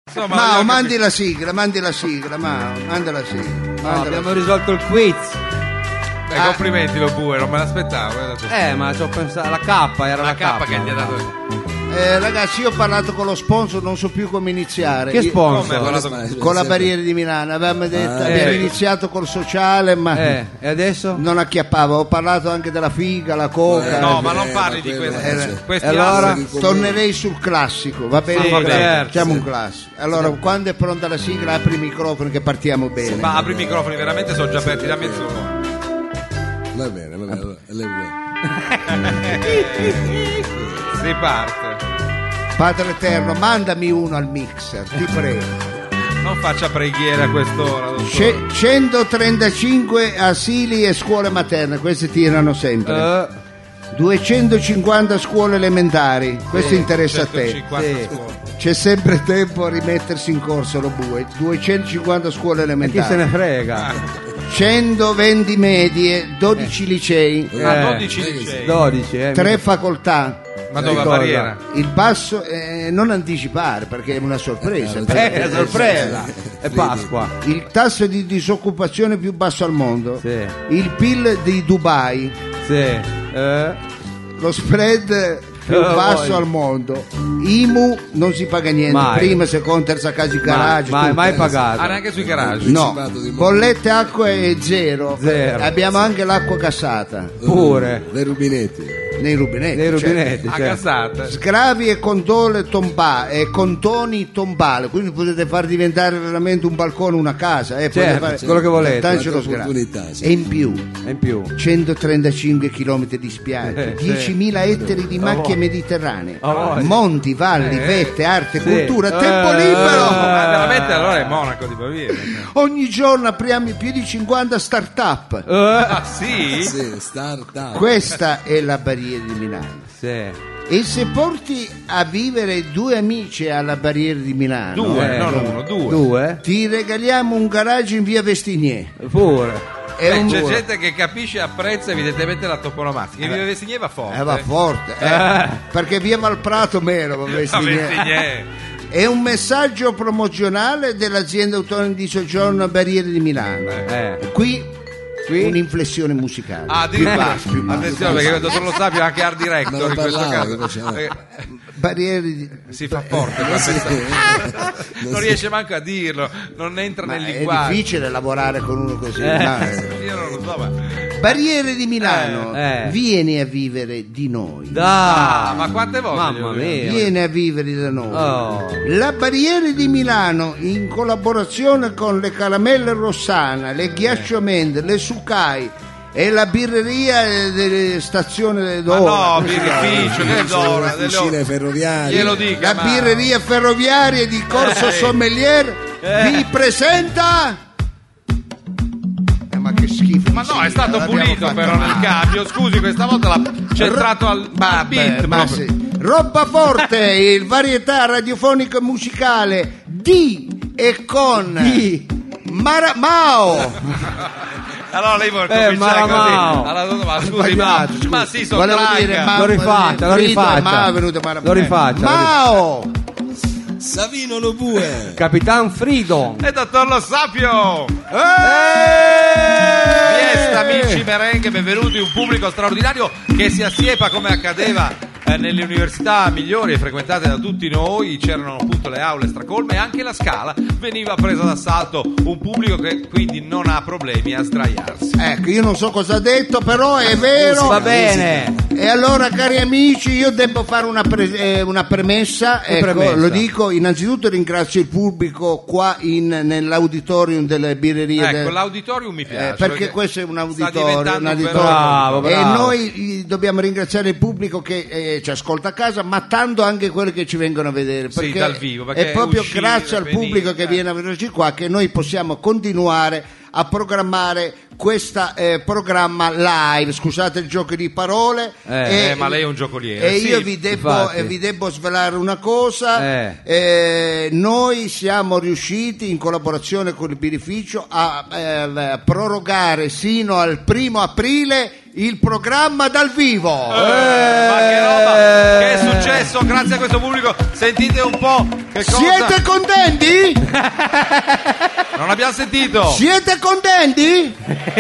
Insomma, Mao, mandi la sigla, Mao, manda la sigla. No, abbiamo risolto il quiz. Complimenti lo bue, non me l'aspettavo. Ma ci ho pensato, la K era la K che gli ha dato. Ragazzi, io ho parlato con lo sponsor, non so più come iniziare. Che sponsor? Con la Barriere di Milano. Avevamo detto, abbiamo iniziato col sociale, ma e adesso? non acchiappavo. Ho parlato anche della figa, la coca. No, ma non parli di questo. Allora tornerei sul classico, va bene? Sì, certo. Facciamo un classico. Allora, quando è pronta la sigla, apri i microfoni che partiamo bene. Ma apri i microfoni, veramente sono già aperti da mezz'ora. Va bene, Si parte. Padre Eterno, mandami uno al mixer, ti prego. Non faccia preghiere a quest'ora, dottore. 135 asili e scuole materne, queste tirano sempre. 250 scuole elementari, questo interessa a te. C'è sempre tempo a rimettersi in corso, lo bue. 250 scuole elementari. Chi se ne frega? 120 medie, 12 licei, 12 licei. 12, 3 facoltà. Ma dove a Barriera? Il basso, non anticipare perché è una sorpresa. È una sorpresa. È Pasqua. Il tasso di disoccupazione più basso al mondo. Sì. Il PIL di Dubai. Sì. Lo spread più basso al mondo. IMU non si paga niente. Mai. Prima, seconda, terza casa di garage. Mai pagato. Neanche sui garage. No, bollette acqua è zero. Abbiamo anche l'acqua cassata. Pure. dei rubinetti. Nei rubinetti. A cassata. Sgravi e contoni tombale, quindi potete far diventare veramente un balcone una casa, quello che volete. Lo e in più 135 km di spiagge, 10.000 ettari di macchie mediterranee, monti, valli, vette, arte, cultura, tempo libero. Veramente allora è Monaco di Baviera. Ogni giorno apriamo più di 50 start-up. Sì? Sì, start-up. Questa è la Barriera di Milano. Sì. E se porti a vivere 2 amici alla Barriera di Milano, 2, non uno, 2, ti regaliamo un garage in via Vestinier. Pure. C'è gente che capisce e apprezza evidentemente la toponomastica. Via Vestinier va forte. Va forte, perché via Malprato meno va Vestinier. È un messaggio promozionale dell'azienda autonoma di soggiorno Barriere di Milano. Qui un'inflessione musicale. Più basso. Attenzione, perché il dottor Lo Sapio è anche art director in questo caso. Barriere si fa forte non riesce manco a dirlo, non entra nel linguaggio. È difficile lavorare con uno così. Io non lo so, ma... Barriere di Milano, vieni a vivere di noi. Ma quante volte? Mamma mia. Vieni a vivere da noi. La Barriere di Milano, in collaborazione con le Caramelle Rossana, le Ghiacciomende, le Sucai e la birreria delle stazioni d'ora. No, birrificio dell'ora, delle officine ferroviarie. Glielo dica, la birreria ferroviaria di Corso Sommelier vi presenta. Ma che schifo. Ma no, è stato pulito però nel cambio. Scusi, questa volta l'ha centrato al beat. Roba forte, il varietà radiofonico e musicale di e con Mao. Allora lei vuole cominciare così. Allora, ma scusi, ma si sottragga. Lo rifaccia. Lo rifaccia. Mao. Savino Lo Bue. Capitan Freedom. E dottor Lo Sapio. Fiesta, amici merengue, benvenuti, un pubblico straordinario che si assiepa come accadeva nelle università migliori e frequentate da tutti noi. C'erano appunto le aule stracolme e anche la Scala veniva presa d'assalto, un pubblico che quindi non ha problemi a sdraiarsi. Ecco, io non so cosa ha detto, però è vero. Va bene. E allora, cari amici, io devo fare una premessa. Lo dico, innanzitutto ringrazio il pubblico qua nell'auditorium delle birrerie. L'auditorium mi piace. Perché questo è un auditorium. Bravo. E noi dobbiamo ringraziare il pubblico che ci ascolta a casa, ma tanto anche quelli che ci vengono a vedere, perché dal vivo, è proprio grazie al pubblico che viene a vederci qua che noi possiamo continuare a programmare questo programma live. Scusate il gioco di parole, ma lei è un giocoliere. E io vi devo svelare una cosa. Noi siamo riusciti, in collaborazione con il birrificio, a prorogare sino al 1° aprile il programma dal vivo. Ma che roba, che è successo grazie a questo pubblico? Sentite un po' che cosa. Siete contenti? Non abbiamo sentito. Siete contenti?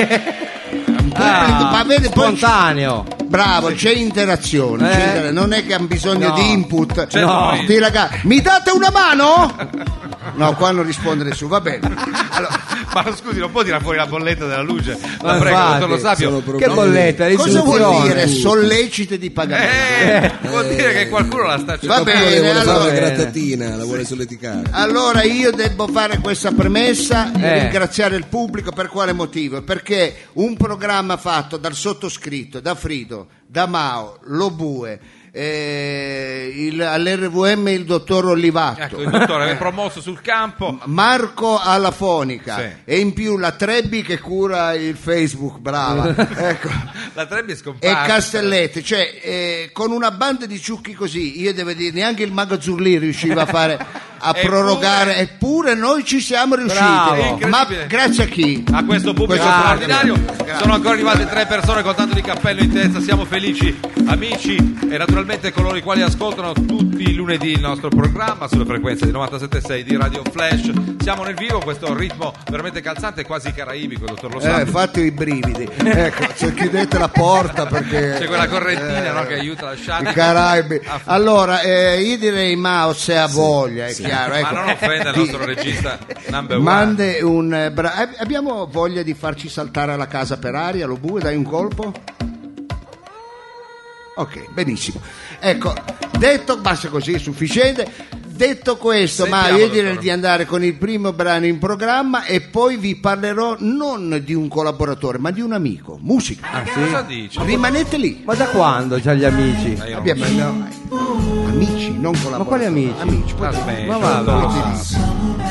Ma vede, poi spontaneo. Bravo, c'è interazione, non è che hanno bisogno di input. Mi date una mano? No, qua non risponde nessuno, va bene. Allora, ma scusi, non può tirare fuori la bolletta della luce? La prego, dottor Lo Sapio. Che bolletta? Cosa vuol dire sollecite di pagamento? Vuol dire che qualcuno la sta Va bene, vuole allora, fare la grattatina, la vuole solleticare. Allora io devo fare questa premessa e ringraziare il pubblico. Per quale motivo? Perché un programma fatto dal sottoscritto, da Frido, da Mao, Lobue, all'RVM il dottor Olivatto, ecco, il dottore è promosso sul campo, Marco alla fonica, e in più la Trebbi che cura il Facebook, brava. Ecco. La Trebbi è scomparsa, e Castelletti, cioè con una banda di ciucchi così, io devo dire neanche il Mago Zurlì riusciva a fare a prorogare, eppure noi ci siamo riusciti. Ma grazie a chi? A questo pubblico straordinario. Sono ancora arrivate 3 persone con tanto di cappello in testa, siamo felici amici e naturalmente coloro i quali ascoltano tutti i lunedì il nostro programma sulle frequenze di 97.6 di Radio Flash. Siamo nel vivo, questo ritmo veramente calzante, quasi caraibico, dottor Lo Sapio. Fate i brividi, ecco, se chiudete la porta perché c'è quella correntina, no, che aiuta a lasciare i Caraibi. Allora io direi Mao, se ha voglia, è chiaro, ecco. Ma non offenda il nostro regista number one. Mande abbiamo voglia di farci saltare alla casa per aria, lo bue, dai un colpo. Ok, benissimo. Ecco, detto, basta così, è sufficiente. Detto questo, ma io direi di andare con il primo brano in programma e poi vi parlerò non di un collaboratore, ma di un amico, musica. Cosa dici? Rimanete lì. Ma da quando c'ha gli amici? Abbiamo amici, non collaboratori. Ma quali amici? Amici. Aspetta, ma va.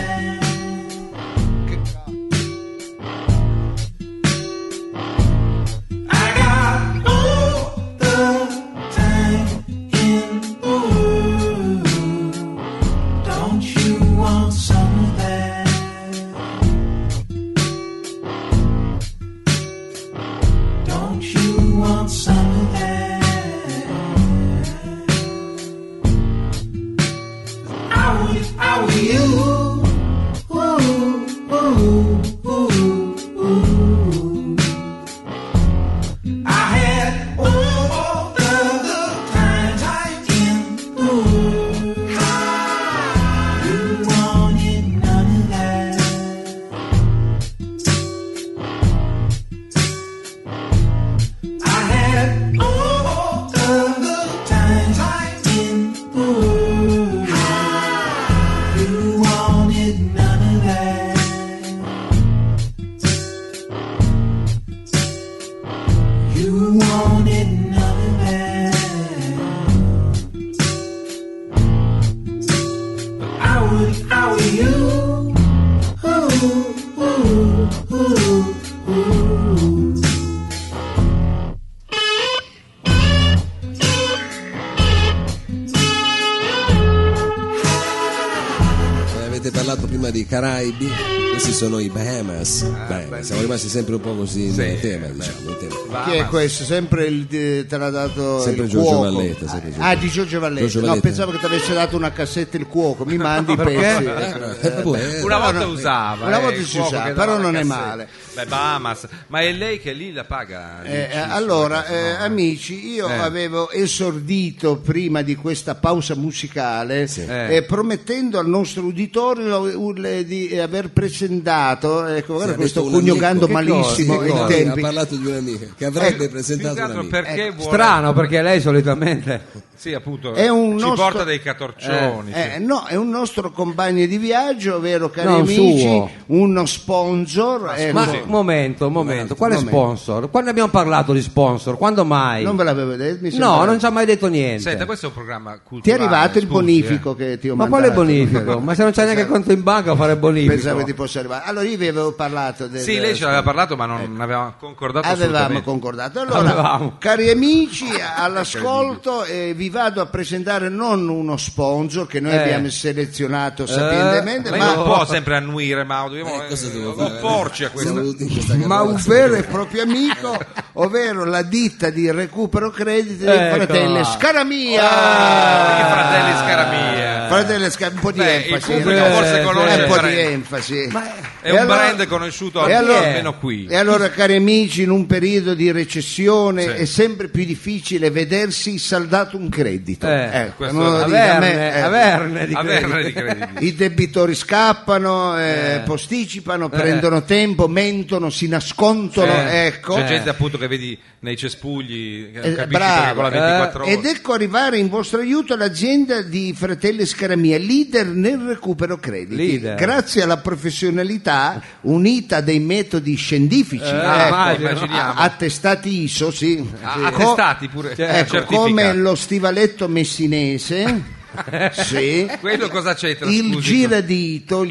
Avete parlato prima di Caraibi, questi sono i Bahamas. Siamo rimasti sempre un po' così nel tema, diciamo. Chi è questo? Sempre te l'ha dato sempre il Giorgio cuoco. Valletta. Di Giorgio Valletta. No, pensavo che ti avesse dato una cassetta il cuoco. Mi mandi i pezzi. Una volta usava. Una volta si usava, però non è male. Beh, Bahamas, ma è lei che lì la paga? Allora, amici, io avevo esordito prima di questa pausa musicale promettendo al nostro uditorio di aver presentato, questo coniugando malissimo i tempi. Ha parlato di un'amica che avrebbe presentato un'amica. Perché vuole... Strano, perché lei solitamente appunto ci porta dei catorcioni. No, è un nostro compagno di viaggio, ovvero, cari amici, uno sponsor. Un momento, quale sponsor? Quando abbiamo parlato di sponsor? Quando mai? Non ve l'avevo detto? No, non ci ha mai detto niente. Senta, questo è un programma culturale. Ti è arrivato il bonifico che ti ho mandato? Ma quale bonifico? Ma se non c'è neanche conto in banca a fare bonifico. Pensavo che ti fosse arrivato. Allora io vi avevo parlato lei ce l'aveva parlato, ma non avevamo concordato. Avevamo concordato. Allora, cari amici, all'ascolto vi vado a presentare non uno sponsor che noi abbiamo selezionato sapientemente, ma non può sempre annuire, ma dobbiamo opporci a questo. Ma un vero e proprio amico, ovvero la ditta di recupero crediti dei fratelli Scaramia. I fratelli Scaramia. Fratelli Scaramia, un po' di enfasi. Il pubblico forse conosce un po' di enfasi. È un brand conosciuto almeno qui. E allora, cari amici, in un periodo di recessione è sempre più difficile vedersi saldato un credito. Averne di crediti. I debitori scappano, posticipano, prendono tempo, mentono, si nascondono. Ecco. C'è gente appunto che vedi nei cespugli, che non capisci perché con la 24 ore. Ed ecco arrivare in vostro aiuto l'azienda di Fratelli Scaramia, leader nel recupero crediti. Grazie alla professionalità unita dei metodi scientifici, attestati ISO, attestati pure, come lo stivaletto messinese. Sì. Quello cosa c'entra? Il giradito,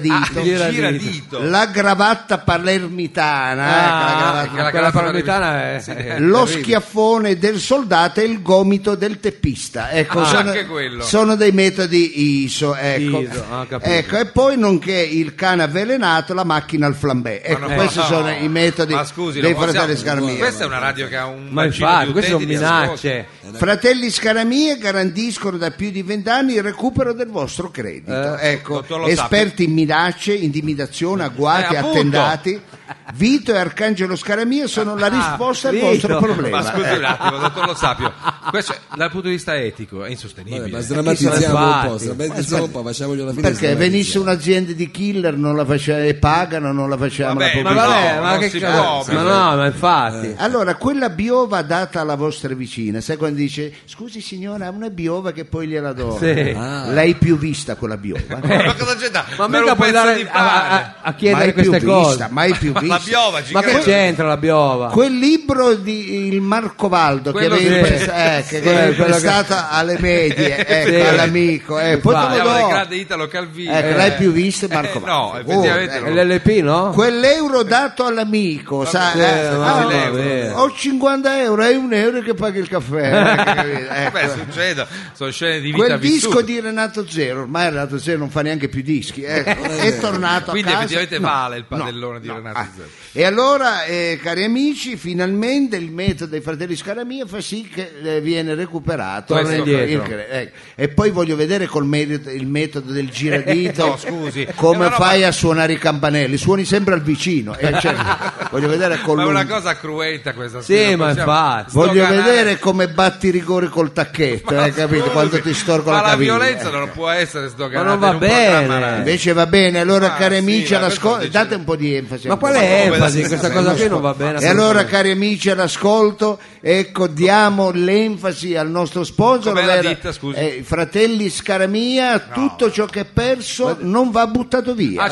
la cravatta palermitana, la palermitana è lo schiaffone del soldato e il gomito del teppista. Ecco, sono dei metodi ISO. Ecco, e poi nonché il cane avvelenato, la macchina al flambè. Ecco, questi sono i metodi dei Fratelli Scaramia. Questa è una radio che ha un queste sono minacce. Fratelli Scaramia garantiscono da più di 20 anni il recupero del vostro credito. Ecco, esperti in minacce, intimidazione, agguati, attentati. Vito e Arcangelo Scaramia sono la risposta al vostro problema. Ma scusi un attimo, dottor Lo Sapio, questo dal punto di vista etico è insostenibile. Ma sdrammatizziamo un po', facciamogli la fine. Perché venisse un'azienda di killer, non la facciamo e pagano, non la facciamo la pubblicità. Ma infatti. Allora, quella biova data alla vostra vicina, sai quando dice scusi signora, ha una biova che poi gliela do. L'hai più vista quella biova? Ma cosa c'è da? Ma mica puoi andare a chiedere queste cose. Mai più vista. Biova, ma che c'entra la biova? Quel libro di il Marcovaldo che avevi prestato alle medie, all'amico, poi te lo do. Del grande Italo Calvino. L'hai più visto Marcovaldo? No, effettivamente l'LP, no? Quell'euro dato all'amico, ho 50 euro, è €1 che paghi il caffè. Succede, sono scene di vita quel vissuta. Disco di Renato Zero, ormai Renato Zero non fa neanche più dischi, è tornato quindi a casa. effettivamente vale il padellone di Renato Zero. E allora, cari amici, finalmente il metodo dei Fratelli Scaramia fa sì che viene recuperato e poi voglio vedere il metodo del giradito. No, scusi, come fai a suonare i campanelli, suoni sempre al vicino, voglio vedere ma è una cosa cruenta questa. Sì, ma infatti voglio vedere come batti i rigori col tacchetto, capito? Quando ti storco la caviglia. Ma la violenza non può essere sdoganata. Ma non va bene. Invece va bene. Allora, cari amici, date un po' di enfasi. Ma qual è enfasi? Questa cosa qui non va bene. E allora, cari amici all'ascolto, ecco, diamo l'enfasi al nostro sponsor, Fratelli Scaramia. Tutto ciò che è perso non va buttato via.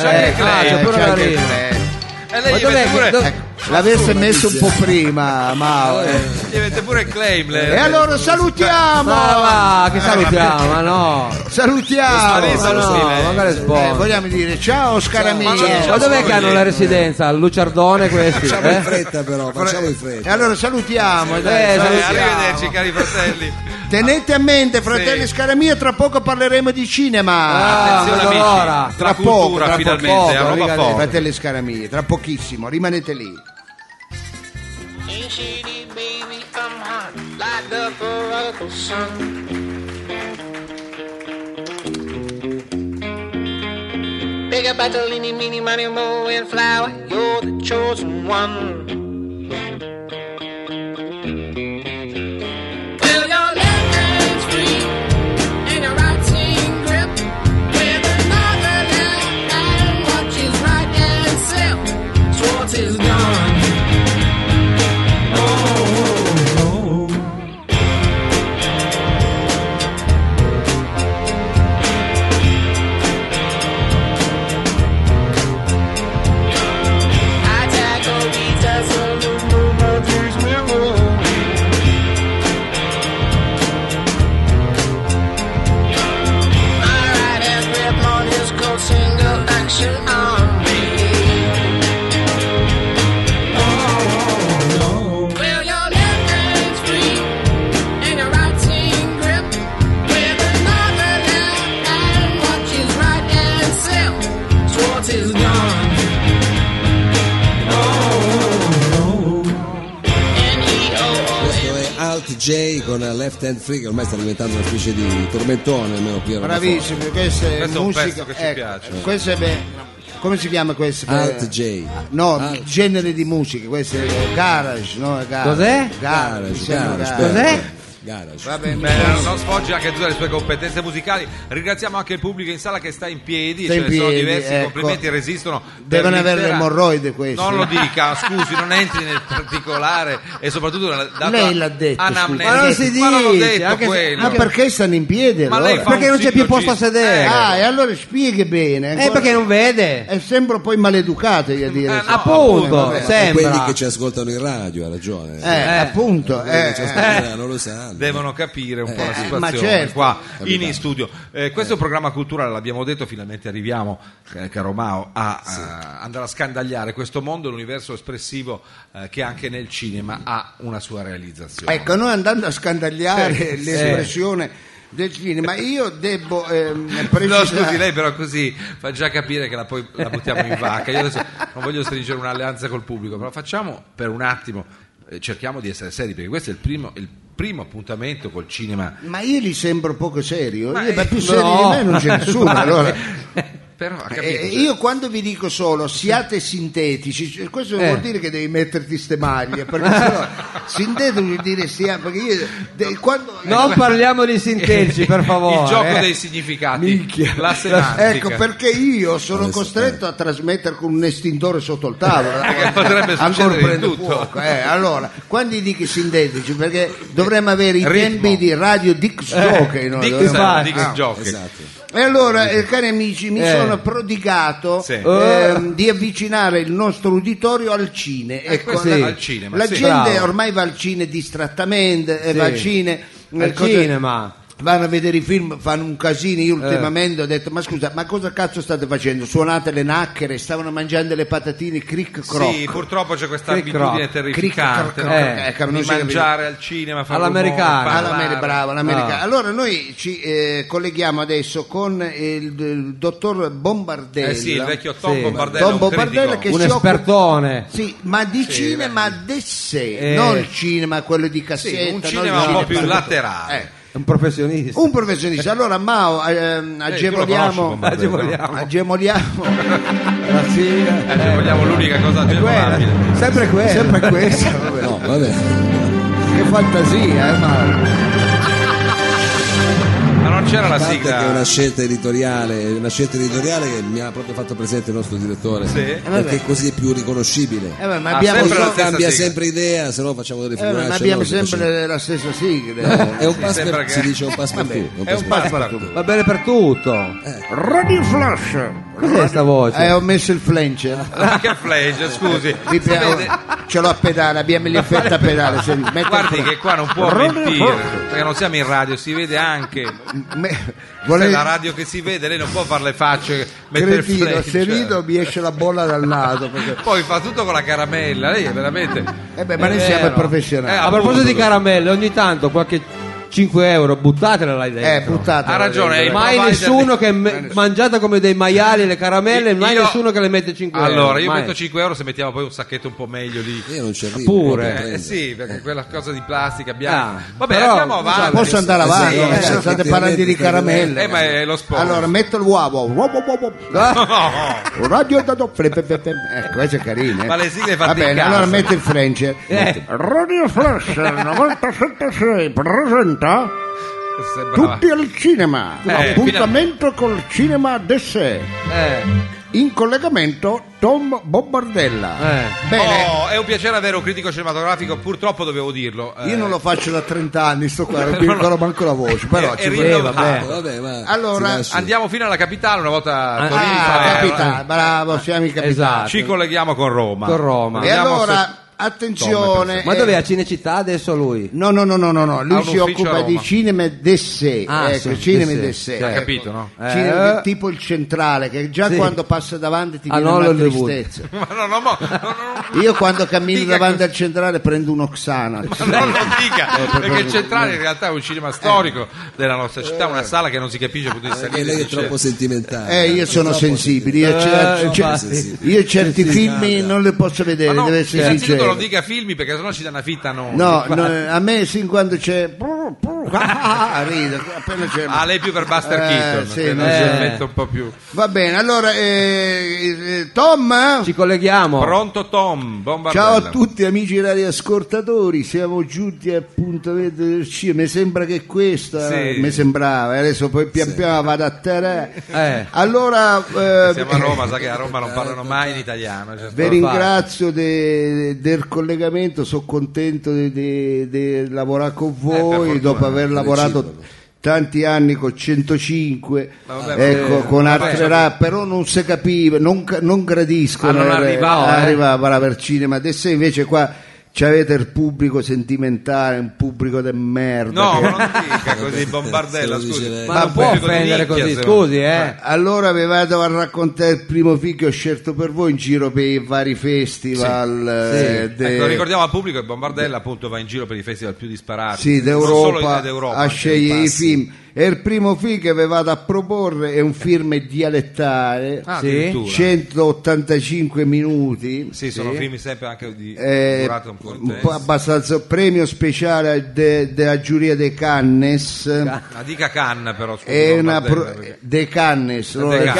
E lei l'avesse messo un po' prima, ma gli mette pure il claim. E allora salutiamo! Che salutiamo? Ma no! Salutiamo! Vogliamo dire ciao Scaramia! Ma dov'è che hanno la residenza? Al Luciardone questi? Facciamo in fretta però, E allora salutiamo! Arrivederci cari fratelli! Tenete a mente, Fratelli Scaramia, tra poco parleremo di cinema. Attenzione amici, tra poco, finalmente, a roba forte. Fratelli Scaramia, tra pochissimo, rimanete lì. Bigger battle, eeny, meeny, miny, moe, and flower, you're the chosen one. J con Left Hand Free, che ormai sta diventando una specie di tormentone, almeno qui a bravissimo, questa è questo musica è un pezzo che ci piace. Questo è come si chiama questo? Alt J. No, genere di musica, questo è garage, no? Cos'è? Garage. Cos'è? Garage. Va bene, non sfoggi anche tu delle sue competenze musicali. Ringraziamo anche il pubblico in sala che sta in piedi, Sta in ce ne sono piedi, diversi, ecco. complimenti, resistono. Devono per avere l'intera- l'emorroide questi. Non lo dica, scusi, non entri nel particolare e soprattutto Lei l'ha detto, anamnesi. Ma non si Ma non l'ho dice, detto anche se- quello. Ma perché stanno in piedi? Ma allora? lei fa Perché un non c'è più posto a sillogismo. sedere. E allora spieghi bene. ancora- Perché non vede? Sembra poi maleducato io a dire. no, Appunto, vabbè. sembra. Quelli che ci ascoltano in radio, ha ragione. Appunto. Quelli che ci ascoltano non lo sanno. Devono capire un po' la situazione ma certo. qua in studio. Questo è un programma culturale, l'abbiamo detto, finalmente arriviamo, caro Mao, a andare a scandagliare questo mondo, l'universo espressivo che anche nel cinema ha una sua realizzazione. Ecco, noi andando a scandagliare Sì, l'espressione del cinema, io devo No, precisare. scusi, lei però così fa già capire che poi la buttiamo in vacca. Io adesso non voglio stringere un'alleanza col pubblico, però facciamo per un attimo, cerchiamo di essere seri, perché questo è il primo appuntamento col cinema. Ma io gli sembro poco serio, Ma ma più no. serio di me non c'è nessuno. Allora. Però ha capito, Io quando vi dico solo siate sintetici, questo non vuol dire che devi metterti ste maglie, perché sennò sintetico vuol dire perché io quando Non parliamo di sintetici, per favore. il gioco dei significati, la semantica. ecco perché io sono costretto a trasmettere con un estintore sotto il tavolo. Perché potrebbe ancora succedere di prende tutto. fuoco. Allora, quando dico sintetici, perché dovremmo avere i Ritmo. tempi di Radio Dix Jockey. noi dovremmo- Dix Jockey. Esatto. E allora, cari amici, mi sono prodigato Sì. di avvicinare il nostro uditorio al cine. Ecco, questo è al cinema, la sì. gente Bravo. ormai va al cine distrattamente, va al cinema. Al cinema. Vanno a vedere i film, fanno un casino. Io ultimamente ho detto: ma scusa, ma cosa cazzo state facendo? Suonate le nacchere, stavano mangiando le patatine cric croc. Sì, purtroppo c'è questa Cric abitudine croc. terrificante, Cric no? croc. Ecco, non di si capisce. mangiare al cinema, fare All'americana. rumore, parlare. Bravo, l'americano. Allora noi ci colleghiamo adesso con il dottor Bombardella. Sì, il vecchio Tom Sì. Bombardella, Tom un Bombardella critico. che Un si occupa- espertone. Sì, ma di cinema de sé, non il cinema quello di cassetta, Sì, un non il cinema un po' più cinema- laterale. È un professionista. Un professionista. Allora Mao, agevoliamo Agevoliamo la sigla. Vogliamo l'unica cosa agevolabile. Sempre quella. sempre questo. Vabbè. No, vabbè. Che fantasia, Mao. Ma non c'era la A parte sigla. che è una scelta editoriale che mi ha proprio fatto presente il nostro direttore, Sì. perché così è più riconoscibile. Ma Ah, abbiamo, sempre la so- stessa Cambia sigla. sempre idea, se no facciamo delle ma figuracce. abbiamo no, se sempre facciamo- la stessa sigla. È un pass sembra che- si dice un pass per tu. È un passepartout. Va bene per tutto. Radio Flash. Cos'è sta voce? Ho messo il flancher. Ma che flash, scusi. Vede- Ce l'ho a pedale, abbiamo gli effetti a pedale. se- mette il Guardi flash. che qua non può mentire, perché non siamo in radio, si vede anche. Questa è la radio che si vede, lei non può fare le facce, mettere il Cretino, flash. se rido mi esce la bolla dal naso. Perché... Poi fa tutto con la caramella, lei è veramente. ma noi siamo professionali. A proposito di caramelle, ogni tanto qualche 5 euro buttatela là dentro. Buttate. Ha ragione, il Mai provider nessuno di- che mangiate come dei maiali le caramelle, mai Io- nessuno che le mette 5 euro. Allora, io mai. metto 5 euro se mettiamo poi un sacchetto un po' meglio di. Io non ci arrivo. Pure. proprio a prendere. Sì, perché quella cosa di plastica bianca. Ah, Vabbè, però, andiamo avanti. Posso andare avanti? Sì, State effettivamente parlando di stai caramelle. ma è lo sport. Allora, metto il uovo. Radio da do- Ecco, questo è carino. Ma le sigle fatte Va in bene, casa. allora metto il flancher. Radio Flash 976 presenta Sembrava- Tutti al cinema. Appuntamento col cinema de sé. In collegamento Tom Bombardella. Bene. Oh, è un piacere avere un critico cinematografico, purtroppo dovevo dirlo. Io non lo faccio da 30 anni, sto qua, non mi ricordo manco la voce, però è ci rinnovato. Vabbè, ma Allora, si lasci. Andiamo fino alla capitale, una volta a Torino fa- capitano, bravo, siamo i capitani. Esatto. ci colleghiamo con Roma. Con Roma. E Andiamo allora, attenzione. Ma dov'è a Cinecittà adesso lui? No, lui un si ufficio occupa a di Roma. cinema de sé, Ah, ecco, sì, cinema de de sé, sé. sì. Hai ecco. capito, no? Cinema tipo il centrale, che già Sì. quando passa davanti ti Ah, viene no, una l'Hollywood. tristezza. Ma no. Io quando cammino Dica davanti così. al centrale prendo un Oxana. Ma non lo dica, perché il centrale in realtà è un cinema storico della nostra città, una sala che non si capisce più di Perché salire. lei è dice- troppo sentimentale. Io sono sensibile, io certi infatti. film non li posso vedere, Ma no, deve essere innanzitutto sincero. non dica filmi perché sennò ci danno fitta noi. No, a me sin quando c'è rido, appena c'è. Lei più per Buster Keaton, sì, che non si mette un po' più. Va bene, allora Tom? Ci colleghiamo. Pronto Tom, Bombardella. Ciao a tutti amici radioascoltatori, siamo giunti all'appuntamento del cinema. Mi sembra che questa mi sembrava, adesso poi pian piano vado a terra. Allora siamo a Roma, sa che a Roma non parlano mai in italiano. Vi ringrazio del collegamento, sono contento di lavorare con voi dopo aver lavorato tanti anni con 105, con altre però non si capiva, non gradiscono, non arrivava per cinema. Adesso invece qua c'avete il pubblico sentimentale, un pubblico de merda. No, ma non dica così, Bombardella, scusi. Ma non può offendere così, scusi, Allora vi vado a raccontare il primo film che ho scelto per voi in giro per i vari festival. Ecco, ricordiamo al pubblico che Bombardella appunto va in giro per i festival più disparati. Sì, d'Europa, a scegliere i film. E il primo film che vi vado a proporre è un film dialettale, 185 minuti. Sì, sono film sempre anche di durata un po' abbastanza. Premio speciale della giuria dei Cannes. Dica Cannes però, scusi, è una dei Cannes,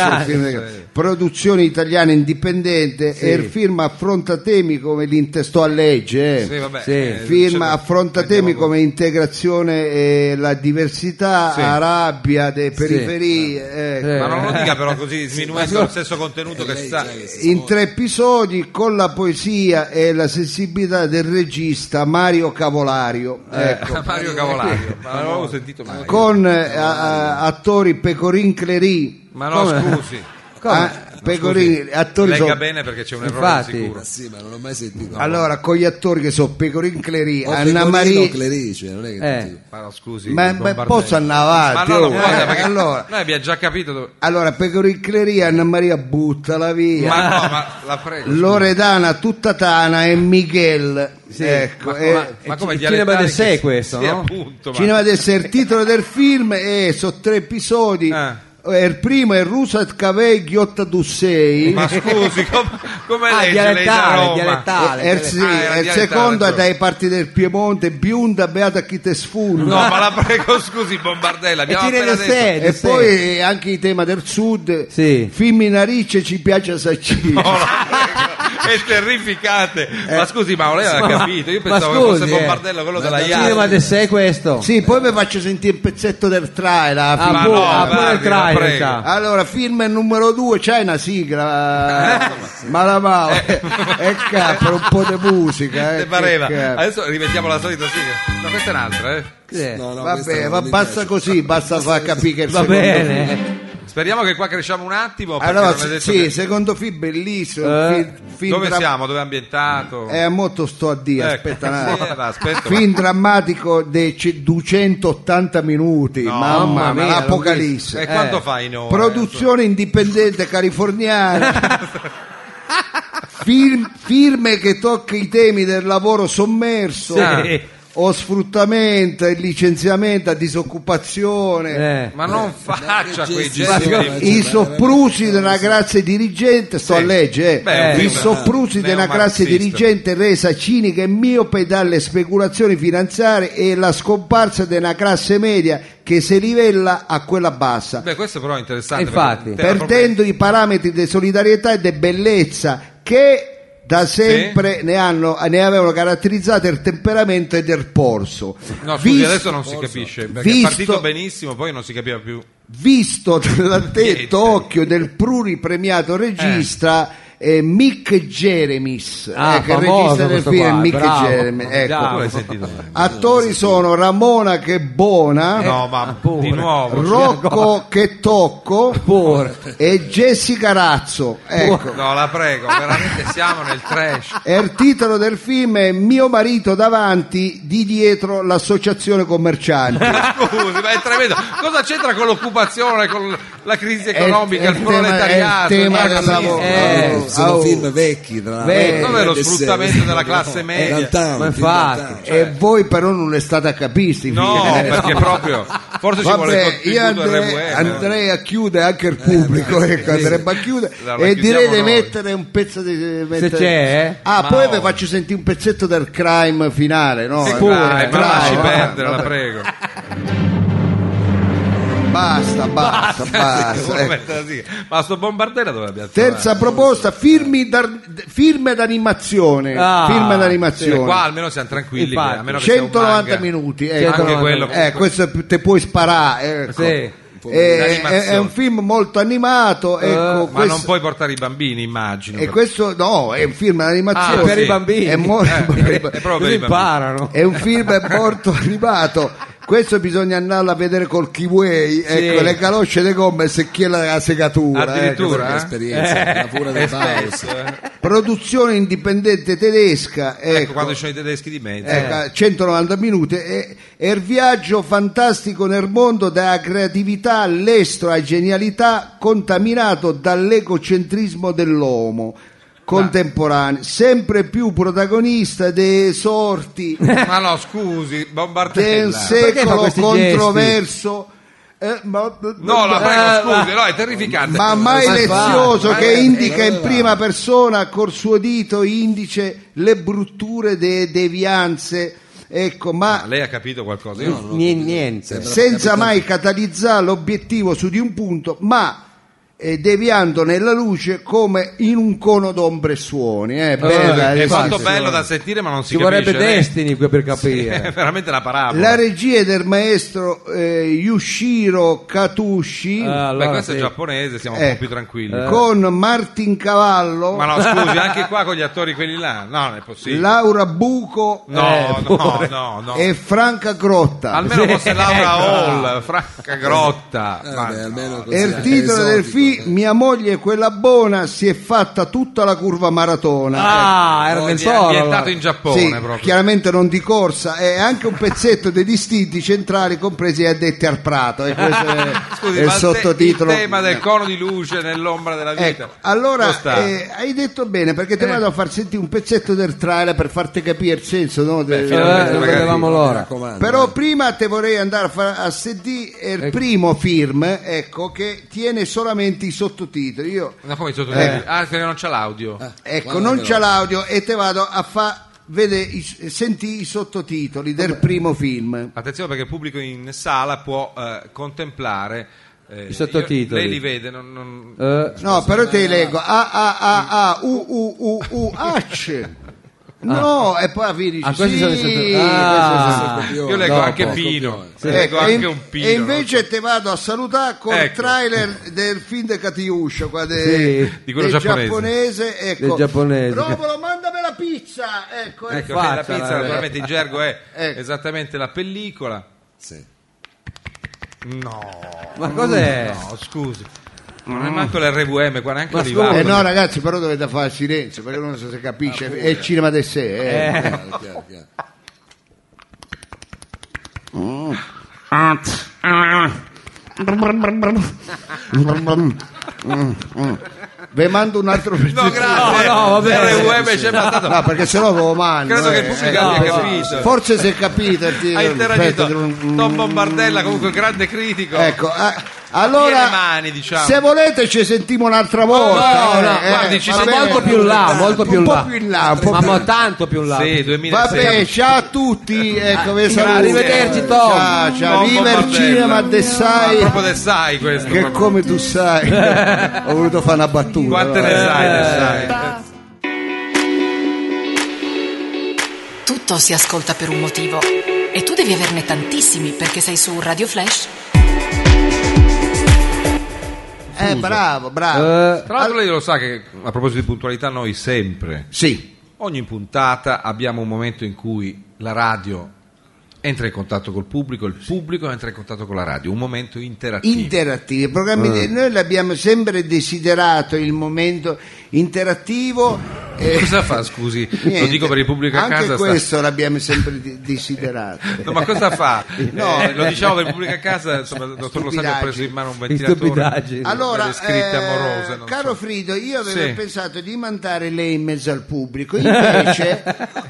produzione italiana indipendente, e il film affronta temi come l'intestò a legge. Il film affronta temi come integrazione e la diversità, rabbia, delle periferie, ma non lo dica però così sminuendo lo stesso contenuto che sta in 3 episodi, con la poesia e la sensibilità del regista Mario Cavolario. Mario Cavolario, ma non l'avevo sentito mai. Con attori Pecorin Clery. Ma no, scusi. Pecorini, attori legga bene perché c'è un errore sicuro. Sì, ma non l'ho mai sentito. Allora, con gli attori che sono Pecorin Clery, Anna Maria Clery, cioè, non è che ma no, scusi, ma posso andare avanti? Ma no, allora, noi abbiamo già capito dove... Allora, Pecorin Clery, Anna Maria buttala via. Ma no, ma la prego. Loredana tutta tana e Miguel. Ecco, ma come cinema del 6 questo, no? Appunto, cinema del 6, il titolo del film sono 3 episodi. Il primo è Rusat Cavei Ghiotta Dussei. Ma scusi, come legge dialettale. Il secondo è dai parti del Piemonte, Biunda Beata chi te sfunna. No, ma la prego, scusi, Bombardella, abbiamo appena detto. E poi anche il tema del sud, film in Arice ci piace assai. È terrificante. Ma scusi, ma lei aveva capito? Io pensavo che fosse Bombardella quello della Iara. Cinema del 6 questo. Sì, poi vi faccio sentire il pezzetto del trailer. Pure il trailer. Allora, film numero 2, c'è una sigla, ma la mano è per un po' di musica. Te pareva? Adesso rimettiamo la solita sigla. No, questa è un'altra, No, vabbè, ma basta così, basta far capire che il va bene. Speriamo che qua cresciamo un attimo. Allora, secondo film bellissimo. Dove siamo? Dove è ambientato? Molto sto a dire. Aspetta, aspetta. Film drammatico di 280 minuti. No, mamma mia, l'apocalisse. E quanto fa in ore? Produzione indipendente californiana. Film che tocca i temi del lavoro sommerso. O sfruttamento, il licenziamento, disoccupazione, ma non faccia quei gesti. I soprusi di una classe dirigente, sto a leggere, i soprusi di una classe dirigente resa cinica e miope dalle speculazioni finanziarie e la scomparsa di una classe media che si livella a quella bassa. Questo però è interessante. Infatti, perdendo i parametri di solidarietà e di bellezza che da sempre ne avevano caratterizzato il temperamento e del polso. No, scusi, adesso non si capisce, perché è partito benissimo, poi non si capiva più. Visto dall'attento occhio del pluripremiato regista Mick Jeremis, che il regista del film è Mick Jeremis. Attori sono Ramona che buona, di nuovo Rocco che tocco e Jessica Razzo. No, la prego, veramente siamo nel trash. E il titolo del film è Mio marito davanti, di dietro l'associazione commercianti. Scusi, ma è tremendo. Cosa c'entra con l'occupazione, con la crisi economica, il proletariato? È il tema del lavoro. sono film vecchi, tra l'altro. Non è lo sfruttamento della classe media. Ma infatti, e voi però non le state a capire, no, perché proprio forse ci vuole il contributo del RVM. Andrei a chiudere anche il pubblico, ecco, andrebbe a chiudere e direi di mettere un pezzo di se c'è, poi vi faccio sentire un pezzetto del crime finale, no? Ma lasci perdere, la prego. Basta. Ma sto Bombardella dove abbiamo terza proposta, film d'animazione. Film d'animazione. Qua almeno siamo tranquilli, almeno 190 minuti, ecco. Anche quello questo te puoi sparare, ecco. sì. È un film molto animato, ecco, ma non puoi portare i bambini, immagino. E questo no, è un film d'animazione per i bambini. È proprio per imparano. È un film molto animato. Questo bisogna andarlo a vedere col Kiway, ecco, le calosce di gomma e se chi è la segatura. Addirittura, esperienza, la pura del Baus. Produzione indipendente tedesca, ecco quando ci sono i tedeschi di mezzo. 190 minuti e il viaggio fantastico nel mondo, dalla creatività all'estero a genialità, contaminato dall'egocentrismo dell'uomo contemporaneo, sempre più protagonista dei sorti. Ma no, scusi, Bombardella. Del secolo controverso. No, la prego, scusi, no, è terrificante. Ma mai lezioso, che indica in prima persona col suo dito indice le brutture delle devianze. Ecco, ma lei ha capito qualcosa? Io non niente. Senza mai catalizzare l'obiettivo su di un punto, ma deviando nella luce come in un cono d'ombre e suoni. È molto bello da sentire, ma non si capisce. Ci vorrebbe Destiny per capire. È veramente una parabola. La regia del maestro Yushiro Katushi. Beh, questo è giapponese, siamo un po' più tranquilli. Con Martin Cavallo. Ma no, scusi, anche qua con gli attori quelli là. No, non è possibile. Laura Buco. No. E Franca Grotta. Almeno fosse Laura Hall, Franca Grotta. E il titolo del film: Mia moglie, quella buona, si è fatta tutta la curva maratona. Era nel solo. Ambientato in Giappone, proprio. Chiaramente non di corsa, è anche un pezzetto dei distinti centrali, compresi gli addetti al prato. E questo è scusi, il sottotitolo. Il tema del cono di luce nell'ombra della vita. Ecco, allora hai detto bene, perché ti vado a far sentire un pezzetto del trailer per farti capire il senso, no? Vedevamo l'ora. Però prima te vorrei andare a sentire il primo film, ecco, che tiene solamente i sottotitoli. No, come i sottotitoli? Perché non c'è l'audio. Ecco, non c'è l'audio e te vado a senti i sottotitoli del primo film. Attenzione, perché il pubblico in sala può contemplare i sottotitoli. Lei li vede, no, però te li leggo. A U U U U H. No, e poi dici io leggo anche Pino, leggo anche un Pino. E invece te vado a salutare con il trailer del film di Katiuscia, di quello giapponese. Ecco. Del giapponese. Romolo, mandami la pizza. Ecco la pizza naturalmente in gergo è esattamente la pellicola. Sì. No. Ma cos'è? No, scusi. Non è manco l'RVM, qua neanche arrivato. No, ragazzi, però dovete fare silenzio, perché non so se capisce. È il cinema di sé. Vi mando un altro pezzetto. No, grazie. No, vabbè. RVM c'è bastato. No, perché sennò avevo mano. Credo che il pubblico abbia capito. Forse si è capito. Ha interagito. Tom Bombardella, comunque grande critico. Ecco, allora, mani, diciamo. Se volete ci sentiamo un'altra volta. Guardi, ci siamo molto più in là, molto più in là. Un po' più in là, ma tanto più in là. Sì, 2006. Vabbè, ciao a tutti. Ecco, arrivederci Tom. Ciao, viva il cinema de sai. Proprio de sai questo. Che come tu sai. Ho voluto fare una battuta. Quante ne sai, Tutto si ascolta per un motivo e tu devi averne tantissimi perché sei su Radio Flash. Bravo. Tra l'altro lei lo sa che a proposito di puntualità noi sempre, ogni puntata abbiamo un momento in cui la radio entra in contatto col pubblico, il pubblico entra in contatto con la radio, un momento interattivo. Programmi noi l'abbiamo sempre desiderato, il momento interattivo, Cosa fa, scusi? Niente, Lo dico per il pubblico a anche casa. questo l'abbiamo sempre desiderato. No, ma cosa fa? No, lo diciamo per il pubblico a casa, insomma, il dottor Lo Sapio ha preso in mano un ventilatore. Stupidaggini. Allora, delle scritte amorose, non caro so. Frido, io avevo Sì. pensato di mandare lei in mezzo al pubblico, invece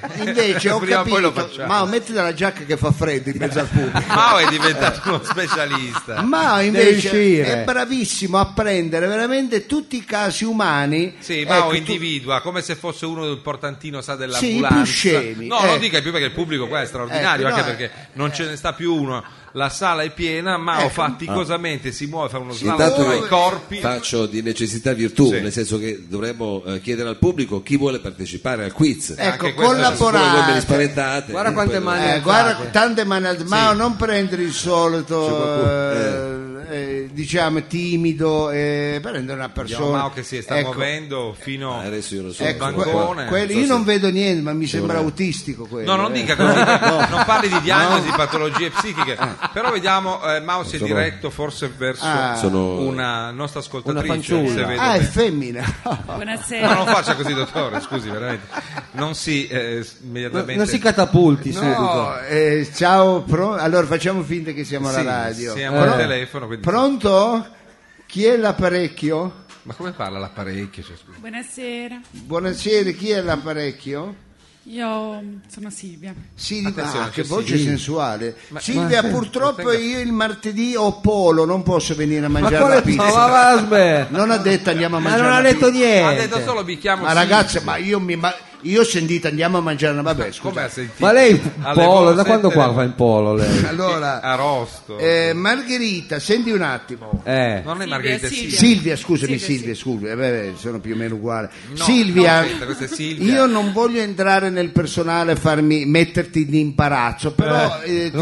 ho Prima o poi lo capito, facciamo. ma metti la giacca che fa freddo in mezzo al pubblico. Mao è diventato uno specialista. Ma Deve invece uscire. è bravissimo a prendere veramente tutti i casi umani. Sì, Mao Ecco, individua come se fosse uno del portantino, sa, Sì, i dell'ambulanza. più scemi, No, non dica più, perché il pubblico qua è straordinario, Ecco, anche no, perché non ce ne sta più uno. La sala è piena, Mao Ecco. faticosamente si muove, fa uno Intanto slalom io ai corpi. faccio di necessità virtù, Sì. nel senso che dovremmo chiedere al pubblico chi vuole partecipare al quiz. Ecco, Anche questo è Voi voi me li collaborate. spaventate. Guarda quante poi- mani. Guarda, alzate. tante mani al Mao, non prendere il solito qualcuno- diciamo timido, prendere una Vediamo persona. Mao che si sta Ecco, muovendo fino Adesso io non so. ecco, bancone. io non vedo niente, ma mi sembra autistico quello. No, non dica così, non parli di diagnosi, patologie psichiche. Però vediamo, Mao si è diretto forse verso Sono- una nostra ascoltatrice. Una fanciulla. se vede Ah, è bene. femmina. Buonasera. Ma non faccia così, dottore, scusi, veramente. Non si immediatamente. Non si catapulti subito. No, ciao, allora facciamo finta che siamo alla Sì, radio. siamo al telefono, quindi- Pronto? Chi è l'apparecchio? Ma come parla l'apparecchio? Cioè, scusi. Buonasera. Buonasera, chi è l'apparecchio? Io sono Silvia. Silvia, Attenzione, che c'è voce Silvia. sensuale. Silvia, purtroppo tenga- io il martedì ho polo, non posso venire a mangiare quale la pizza. Vasme? Non ha detto andiamo a Ma mangiare non ha la detto pizza. niente. Ha detto solo bicchiamo. Ma ragazzi, ma io ho sentito andiamo a mangiare una vabbè, come scusa. ha sentito? Ma lei Alle polo, ore da quando 7 qua fa in polo lei? Allora, Arosto. Margherita, senti un attimo. Non è Margherita, è Silvia. Silvia. Silvia, scusami, Silvia, sono più o meno uguali. No, Silvia, no, aspetta, questa è Silvia. io non voglio entrare nel personale e metterti in imbarazzo, però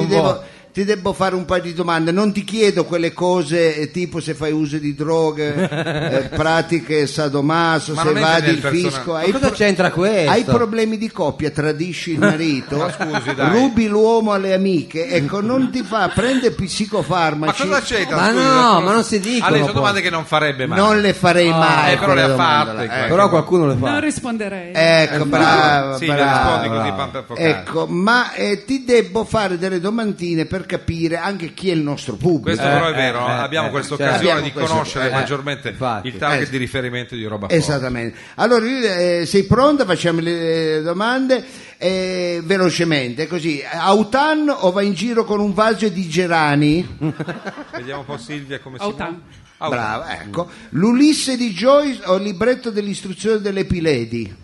ti devo fare un paio di domande. Non ti chiedo quelle cose tipo se fai uso di droghe, pratiche sadomaso, Ma se non entra evadi nel il personale. fisco. Ma cosa c'entra questo? Hai problemi di coppia, tradisci il marito, Ma scusi, dai. rubi l'uomo alle amiche, ecco, non ti fa, prende Ma psicofarmaci. cosa c'entra? Ma scusi, no, dottore? ma non si dicono Ha le sue poi. domande che non farebbe mai. Non le farei mai, però le quelle ha fatte, domande là. quelle. Però qualcuno le fa. Non risponderei. Ecco, brava, Sì, brava. rispondi così, pan per focare. Ecco, ma ti devo fare delle domandine per capire anche chi è il nostro pubblico. Questo però è vero, abbiamo questa certo. occasione di Abbiamo conoscere questo, maggiormente infatti. il target di riferimento di roba forte. Esattamente. Allora, sei pronta? Facciamo le domande velocemente, così. Autan o va in giro con un vaso di gerani? Vediamo un po' Silvia come si Autan. muove. Brava, ecco. L'Ulisse di Joyce o il libretto dell'istruzione dell'Epiledi?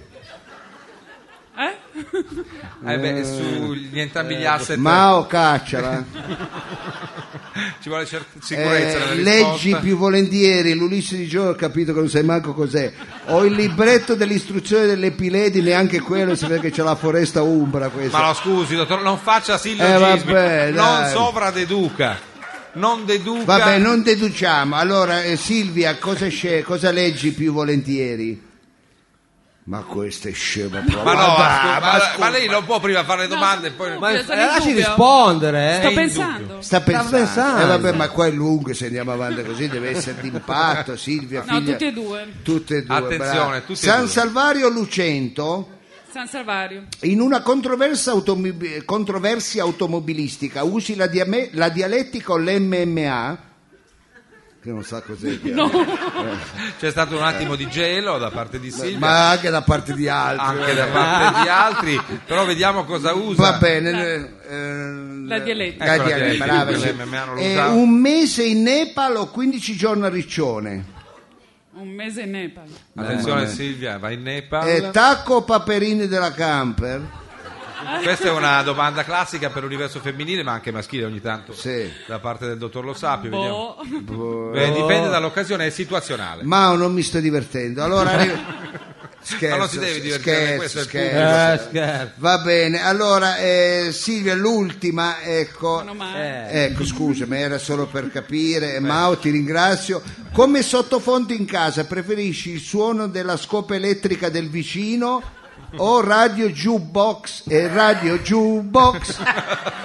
Su entrambi gli asset Mao, cacciala. ci vuole sicurezza nella Leggi risposta. più volentieri l'Ulisse di Giorgio, ho capito che non sai manco cos'è, o il libretto dell'istruzione dell'Epiledi, neanche quello, si vede che c'è la foresta umbra questa. Ma no, scusi, dottor, non faccia sillogismi, vabbè, non dai. sovradeduca. Non deduca. Vabbè, non deduciamo. Allora, Silvia, cosa leggi più volentieri? Ma questo è scemo proprio. Ma no, dai, ma lei non può prima fare le domande e poi. Ma Sono in lasci dubbio. rispondere, Sto eh? pensando. sta pensando. pensando. Vabbè, ma qua è lungo, se andiamo avanti così deve essere d'impatto, Silvia, No, figlia. tutti e due. Tutte e due. Attenzione, brava. tutti e San due. Salvario Lucento, San Salvario. in una controversia automobilistica, usi la dialettica o l'MMA? Che non sa cos'è. C'è stato un attimo di gelo da parte di Silvia, Ma anche da parte di altri. anche da parte di altri, però vediamo cosa usa. Va bene. La dialettica. Ecco la dialettica, dialettica, brava, quella sì. MMA non lo usavo. Un mese in Nepal o 15 giorni a Riccione? Un mese in Nepal. Attenzione Silvia, va in Nepal. Tacco o paperini della camper? Questa è una domanda classica per l'universo femminile, ma anche maschile ogni tanto, Sì. da parte del dottor Lo Sapio. Vediamo. Boh. Dipende dall'occasione, è situazionale. Ma non mi sto divertendo. Allora scherzo, Ma non si deve divertire, questo è il scherzo. Scherzo. Va bene. Allora Silvia, l'ultima, ecco. Meno male. Ecco, scusami, era solo per capire. Mao, ti ringrazio. Come sottofondo in casa preferisci il suono della scopa elettrica del vicino o radio jukebox e radio jukebox?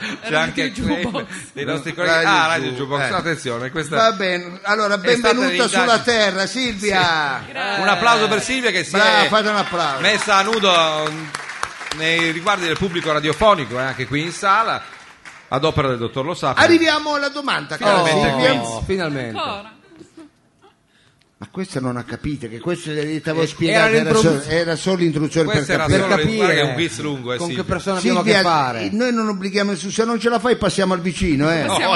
c'è anche il claim dei nostri colleghi. Radio Jukebox, attenzione, questa va bene. Allora, benvenuta sulla terra, Silvia. Un applauso per Silvia che si è fate un applauso. Messa a nudo nei riguardi del pubblico radiofonico, anche qui in sala, ad opera del dottor Lo Sapio. Arriviamo alla domanda, finalmente. Ma questa non ha capito, che questo gli stavo spiegando, era solo l'introduzione per capire che è un quiz lungo. Con Silvia. che persona abbiamo a che fare? Noi non obblighiamo nessuno, se non ce la fai passiamo al vicino. Passiamo.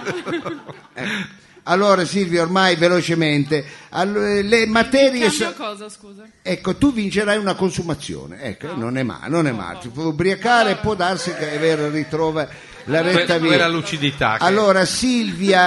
Allora Silvia, ormai velocemente, le materie... cosa, scusa? Ecco, tu vincerai una consumazione, ecco, non è male, ti puoi ubriacare e può darsi che ritrova la retta via. Quella lucidità. Allora Silvia,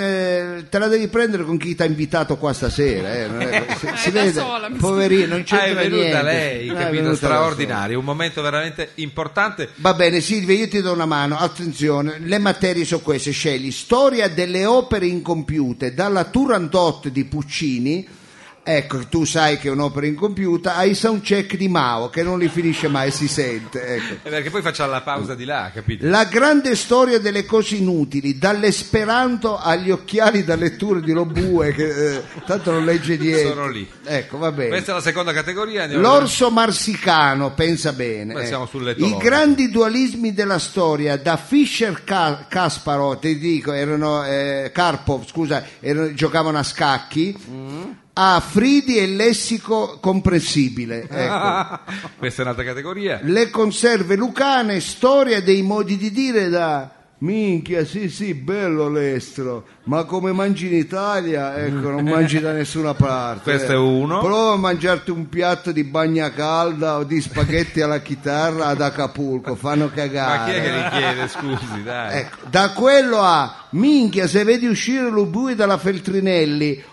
te la devi prendere con chi ti ha invitato qua stasera, si vede, sola, poverino, non c'entra è venuta niente. lei, capito? Straordinario, un momento veramente importante. Va bene Silvia, io ti do una mano, attenzione, le materie sono queste, scegli storia delle opere incompiute, dalla Turandot di Puccini. Ecco, tu sai che è un'opera incompiuta, ai soundcheck di Mao che non li finisce mai, si sente, ecco. Perché poi facciamo la pausa di là, capito? La grande storia delle cose inutili, dall'esperanto agli occhiali da lettura di Lobue che tanto non legge niente. Sono lì. Ecco, va bene. Questa è la seconda categoria. L'orso marsicano, pensa bene. Siamo sul I grandi dualismi della storia, da Fischer Kasparov, ti dico, erano Karpov, scusa, giocavano a scacchi. Fridi e il lessico comprensibile, ecco. Questa è un'altra categoria. Le conserve lucane, storia dei modi di dire, da minchia, sì, bello l'estero, ma come mangi in Italia, ecco, non mangi da nessuna parte. Questo è uno. Prova a mangiarti un piatto di bagna calda o di spaghetti alla chitarra ad Acapulco, fanno cagare. Ma chi è che li chiede, scusi, dai. Ecco, da quello a minchia, se vedi uscire Lubui dalla Feltrinelli,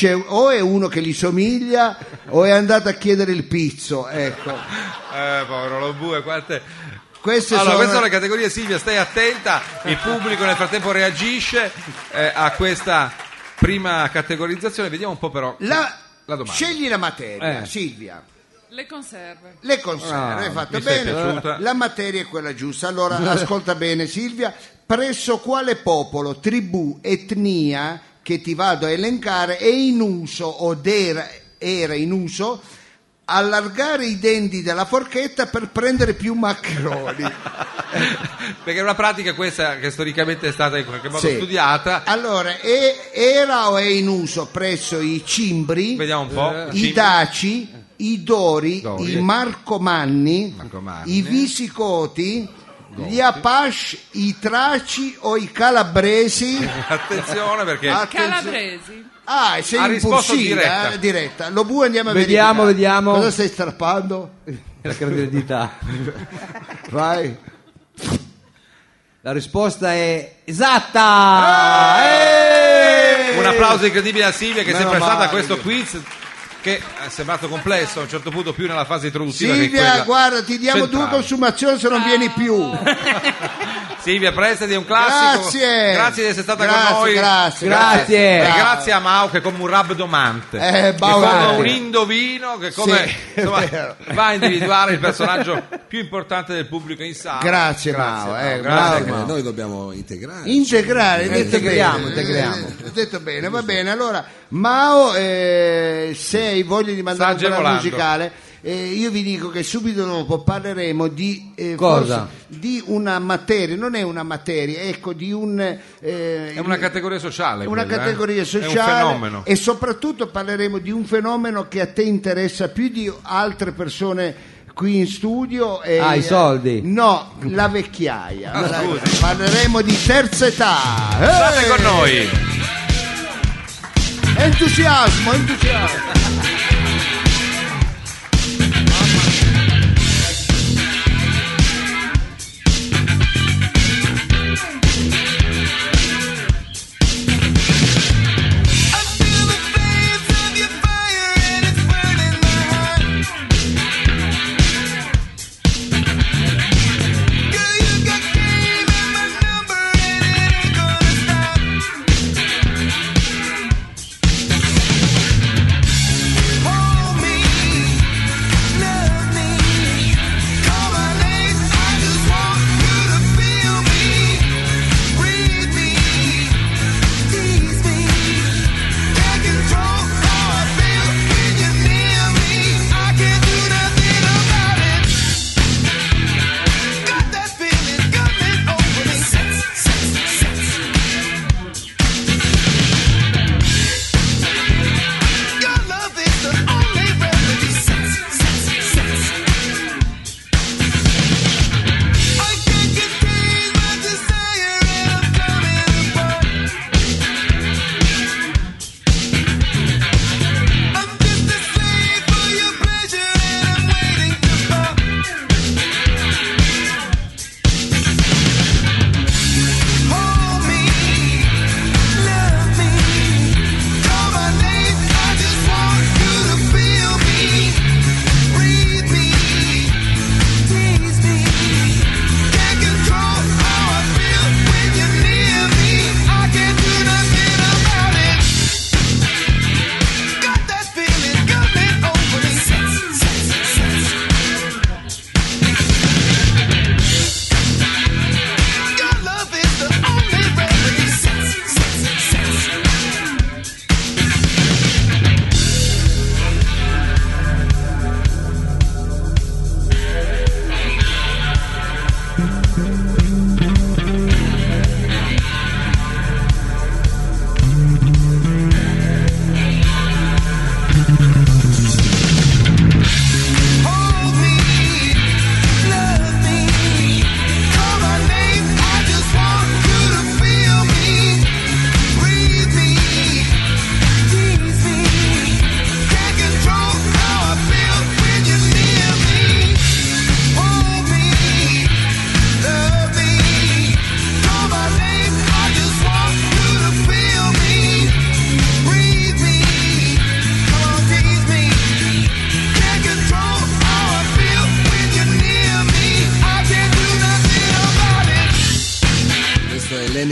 o è uno che gli somiglia o è andato a chiedere il pizzo, ecco. Povero Lobue, quante... Queste sono le categorie. Silvia, stai attenta, il pubblico nel frattempo reagisce a questa prima categorizzazione. Vediamo un po' però la domanda. Scegli la materia, Silvia. Le conserve. Hai fatto bene. La materia è quella giusta. Allora ascolta bene Silvia, presso quale popolo, tribù, etnia che ti vado a elencare è in uso od era in uso allargare i denti della forchetta per prendere più maccheroni? Perché è una pratica questa che storicamente è stata in qualche modo studiata. Allora, era o è in uso presso i Cimbri, vediamo un po', i Daci, i Dori, i Marcomanni, i Visicoti, gli Apache, i Traci o i Calabresi? Attenzione perché Calabresi. Sei impulsiva, diretta. Lo bue, andiamo a vediamo. Cosa stai strappando? La credibilità. Vai. La risposta è esatta. Un applauso incredibile a Silvia che è sempre stata a questo quiz che è sembrato complesso a un certo punto, più nella fase introduttiva. Silvia, guarda, ti diamo centrale. 2 consumazioni se non vieni più. Silvia, prestati, è un classico. Grazie di essere stata con noi. Grazie. E grazie a Mao che è come un rabdomante, che come un indovino che come va a individuare il personaggio più importante del pubblico in sala. Grazie Mao. Mao. Noi dobbiamo integrare. Integriamo. Ho detto bene, va bene. Allora Mao, se hai voglia di mandare un brano musicale, io vi dico che subito dopo parleremo di cosa? Di una materia, non è una materia, ecco, di è una categoria sociale, una categoria sociale, è un fenomeno, e soprattutto parleremo di un fenomeno che a te interessa più di altre persone qui in studio. I soldi? No, la vecchiaia. Parleremo di terza età. State con noi. Entusiasmo.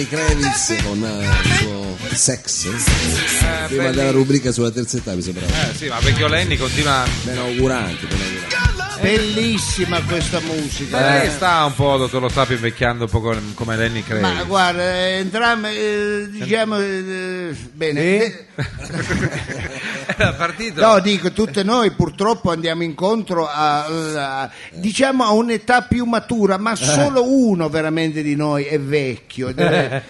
Kravitz con il suo Sex. Prima della rubrica sulla terza età mi sembrava. Sì, ma Vecchio Lenny continua. Ben augurante. Bellissima questa musica. Ma lei sta un po', dottor Lo Sapio, invecchiando un po' come Lenny Kravitz. Ma guarda, entrambi diciamo bene. Era partito. No, dico, tutte noi purtroppo andiamo incontro diciamo a un'età più matura, ma solo uno veramente di noi è vecchio. Deve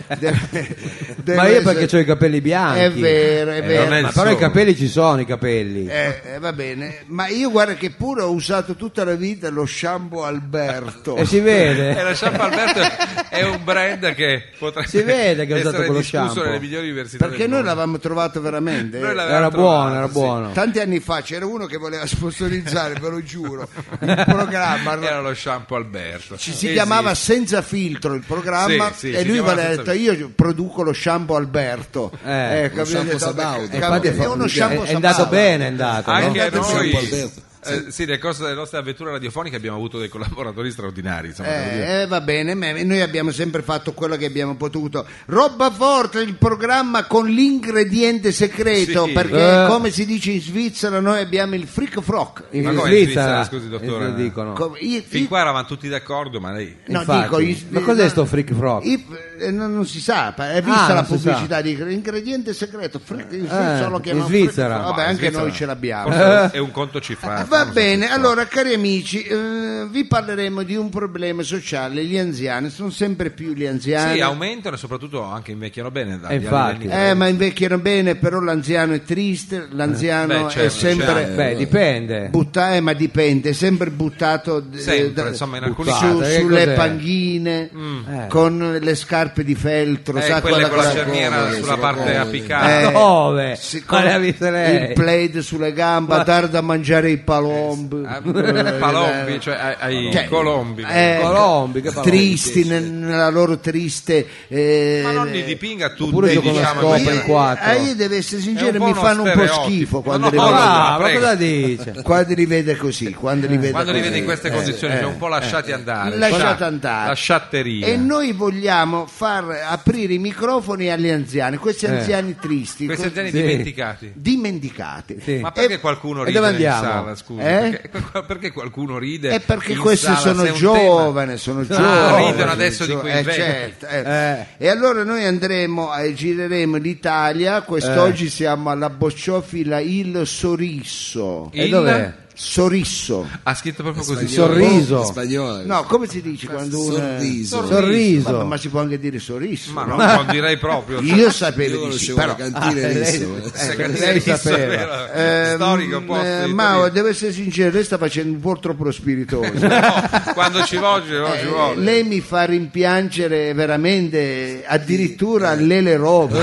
Ma io perché essere... ho i capelli bianchi. È vero, è vero. non è Ma però i capelli ci sono, i capelli. Va bene, ma io guarda che pure ho usato tutta la vita lo shampoo Alberto. E si vede. E lo shampoo Alberto è un brand che potrebbe Si vede che ho usato essere quello discusso shampoo. nelle migliori università Perché del noi mondo. l'avevamo trovato veramente. Noi l'avevamo Era trovato, buono, era sì. buono. Tanti anni fa c'era uno che voleva sponsorizzare, ve lo giuro, il programma. Era lo shampoo Alberto. Si chiamava Senza Filtro il programma, Sì, e si lui chiamava aveva Senza detto io produco lo shampoo Alberto. Lo shampoo Sabaudo. È uno shampoo È andato Sabaudo. bene, è andato. Anche no? a noi Shampoo Alberto. sì, nel corso delle nostre avventure radiofoniche abbiamo avuto dei collaboratori straordinari, insomma, devo dire. Va bene, noi abbiamo sempre fatto quello che abbiamo potuto. Roba forte, il programma con l'ingrediente segreto, Sì. perché come si dice in Svizzera noi abbiamo il freak frock. In Ma come in Svizzera, Svizzera, scusi, dottore? lo dicono. Fin qua eravamo tutti d'accordo, ma lei No, Infatti. dico, Ma cos'è sto freak frog? non si sa, è vista la non si pubblicità di ingrediente segreto, in Svizzera lo in chiamano Svizzera. freak frog. Vabbè, in anche Svizzera noi ce l'abbiamo. forse è un conto cifrato. Va non so. bene, allora cari amici, vi parleremo di un problema sociale. Gli anziani sono sempre più gli anziani. Sì, aumentano e soprattutto anche invecchiano bene. Infatti. Ma invecchiano bene, però l'anziano è triste, l'anziano Beh, certo, è sempre certo. Beh, dipende. buttato, ma dipende, è sempre buttato Sempre, insomma, in alcuni buttato. casi. Che sulle cos'è? panchine con le scarpe di feltro, sa quelle con la quella- cerniera sulla parte apicata. Dove? sì, Ma le ha viste lei? il plaid sulle gambe, a dare da mangiare i palombi. Palombi, cioè ai Cioè, colombi. Colombi, che palombi. tristi nella loro triste Ma non li dipinga tutti, Oppure io con la diciamo. scopa perché- in quattro. Io devo essere sincero, È un po' mi uno fanno un po' stereotipo. schifo quando No, li no, vedo. no, Ah, ma prego. cosa dice? Quando li vede così, quando li vede Quando li così. vede in queste condizioni, cioè un po' lasciati andare. Lasciate andare. La sciatteria. E noi vogliamo far aprire i microfoni agli anziani, questi anziani tristi, Questi anziani Sì. dimenticati. dimenticati. Sì. Ma perché E- qualcuno e ride dove in andiamo? sala, scusi? Eh? Perché qualcuno ride? È perché in questi sala, sono se è un giovani, sono giovani. ridono adesso di quei vecchi. certo, E allora noi andremo e gireremo l'Italia. Quest'oggi siamo alla Bocciofila Il Sorisso. E dov'è? Sorisso. Ha scritto proprio così. Sorriso. Spagnolo. No, come si dice quando uno Sorriso. Sorriso. Ma si può anche dire Sorisso. Ma no? non direi proprio. Io sapevo Io di sì, conoscevo però la cantina lei- Lei sapeva. Storico posto di ma Torino. devo essere sincero, lei sta facendo un po' troppo spiritoso. No, quando ci vuole, ci vuole. Lei mi fa rimpiangere veramente addirittura Lele Roba.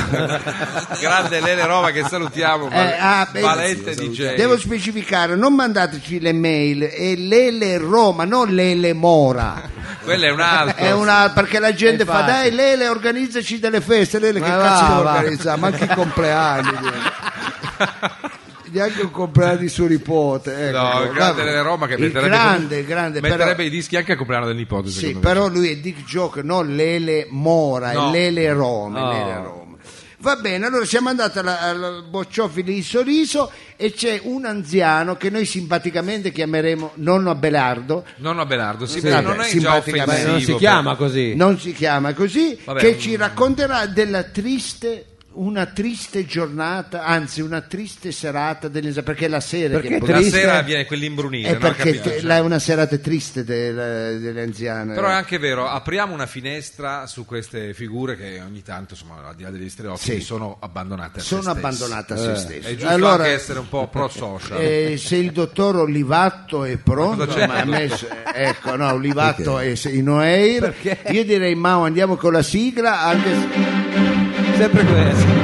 Grande Lele Roma che salutiamo. Valente DJ. Devo specificare, non mandateci le mail, è Lele Roma, non Lele Mora. Quello è un altro. È perché la gente fa Infatti. dai Lele organizzaci delle feste. Lele che Ma cazzo va, deve va. organizzare? Ma anche i compleanni. Neanche un compleanno di suo nipote. Ecco. No, il grande Vabbè. Lele Roma che Il metterebbe, grande, metterebbe però- i dischi anche al compleanno del nipote. Sì, secondo me. però lui è Dick Joke, non Lele Mora, No. è Lele Roma. No. Lele Roma. Va bene, allora siamo andati alla Bocciofila di Sorriso e c'è un anziano che noi simpaticamente chiameremo nonno Abelardo. Nonno Abelardo, sì, Sì, perché non è già simpaticamente. offensivo. Non si chiama così. Non si chiama così, Vabbè, che ci racconterà della una triste giornata, anzi una triste serata perché la sera Perché che La triste? sera viene quell'imbrunire, è no? perché Capito? Cioè, è una serata triste delle anziane. Però è anche vero, apriamo una finestra su queste figure che ogni tanto, insomma, al di là degli stereotipi, Sì. sono abbandonate a se sono stesse. abbandonate a se stesse. È giusto Allora, anche essere un po' pro-social. se il dottor Olivatto è pronto, cosa c'è? ma ha messo, ecco, no, Olivatto è in Oeir, io direi Mao andiamo con la sigla, anche Sempre questo.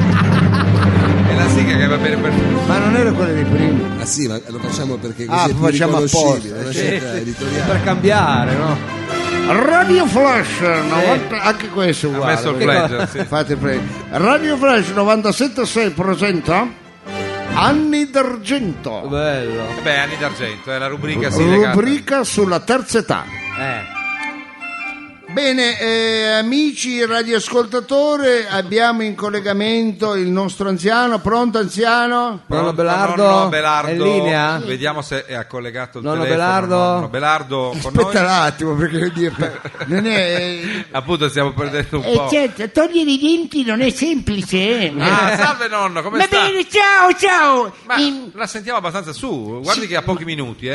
È la sigla che va bene per tutti. ma non era quella dei primi. Ah sì, ma lo facciamo perché così Ah, è più facciamo riconoscibile, apposta, una sì, scelta Sì, editoriale. per cambiare, no? Radio Flash 90, anche questo uguale. messo il perché- flash, sì. Fate prego. Radio Flash 97.6 presenta Anni d'argento, Bello. Beh, Anni d'argento, è la rubrica sì, legata. rubrica sulla terza età. Bene, amici radioascoltatori, abbiamo in collegamento il nostro anziano. Pronto, anziano? Nonno Belardo? Nonno Belardo, è in linea? Vediamo se è collegato il Nonno telefono. Belardo? Nonno Belardo con Aspetta noi. un attimo, perché non è... Appunto stiamo perdendo un po'. Certo, togliere i denti non è semplice. Ah, salve nonno, come Va sta? bene, ciao. Ma la sentiamo abbastanza su, guardi Sì. che ha pochi minuti,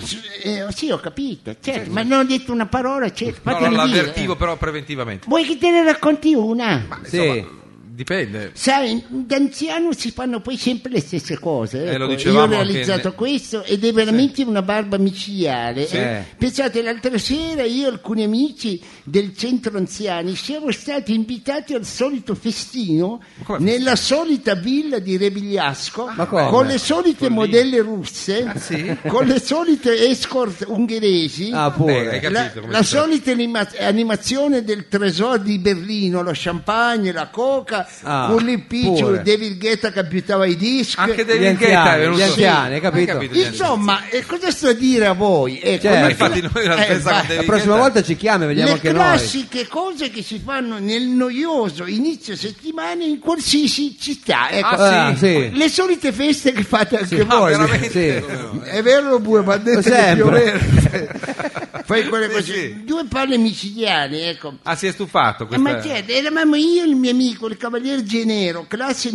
Sì, ho capito, certo, ma non ho detto una parola, certo, No, fatemi non dire. l'avvertivo però preventivamente. Vuoi che te ne racconti una? Ma, Sì. insomma, dipende. Sai, d'anziano si fanno poi sempre le stesse cose. Lo Io dicevamo ho realizzato anche questo ed è veramente una barba micidiale. Sì. Pensate, l'altra sera io e alcuni amici del centro anziani siamo stati invitati al solito festino come nella solita villa di Rebigliasco Ma come? con le solite Con lì. modelle russe, sì? con le solite escort ungheresi. Ah, Beh, pure. hai capito come La si tratta. solita animazione del Tresor di Berlino, lo champagne, la coca, Ah, con lì picciolo pure. David Guetta che abitava i dischi. Anche Gli David Guetta è anziani, venuto. gli anziani, hai capito? Insomma, cosa sto a dire a voi? Ecco, Certo. noi- Infatti noi la stessa vai. con David La prossima Guetta. volta ci chiami e vediamo le anche noi. classiche cose che si fanno nel noioso inizio settimana in qualsiasi città. Ecco, Ah, sì. le solite feste che fate anche No, voi. veramente. Sì. È vero, Bue, ma detto che Sempre. più o meno. Fai quelle Sì, cose. sì. Due palle micidiali, ecco. Ah, si è stufato questa... Ma certo, eravamo io e il mio amico, il Cavaliere Genero, classe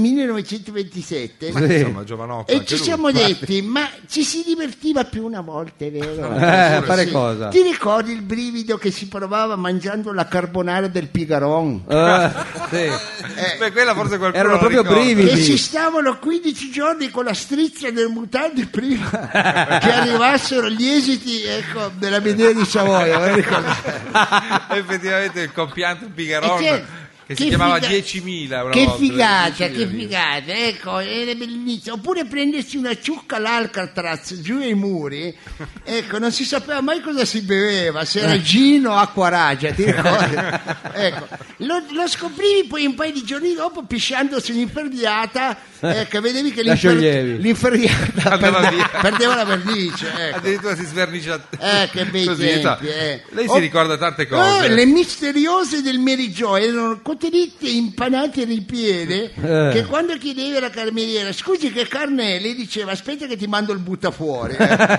1927. Ma insomma, giovanotto E anche ci lui. siamo detti, ma ci si divertiva più una volta, è vero? Fare Sì. cosa? Ti ricordi il brivido che si provava mangiando la carbonara del Pigaron? Sì. Beh, quella forse qualcuno Erano lo proprio ricorda. brividi. E si stavano 15 giorni con la strizza del mutante prima che arrivassero gli esiti, ecco, della Medea di Savoia. ve lo ricordate? Effettivamente il compianto Pigaron certo. che si Che chiamava figa- 10.000 una Che volta, figata, 10.000 che lire. figata, ecco, era bellissimo. Oppure prendersi una ciucca all'Alcatraz giù ai muri, ecco, non si sapeva mai cosa si beveva, se era gino o acqua ragia, ti ricordi? Ecco, lo scoprivi poi un paio di giorni dopo pisciandosi un'inferriata, ecco, vedevi che La scioglievi. l'inferriata Andava via. perdeva la vernice, ecco. Addirittura si svernicia Che bei così, tempi, insomma. Lei si Oh, ricorda tante cose. le misteriose del Meriggio erano cotolette impanate ripiene che quando chiedeva alla cameriera scusi che carne è, lei diceva aspetta che ti mando il buttafuori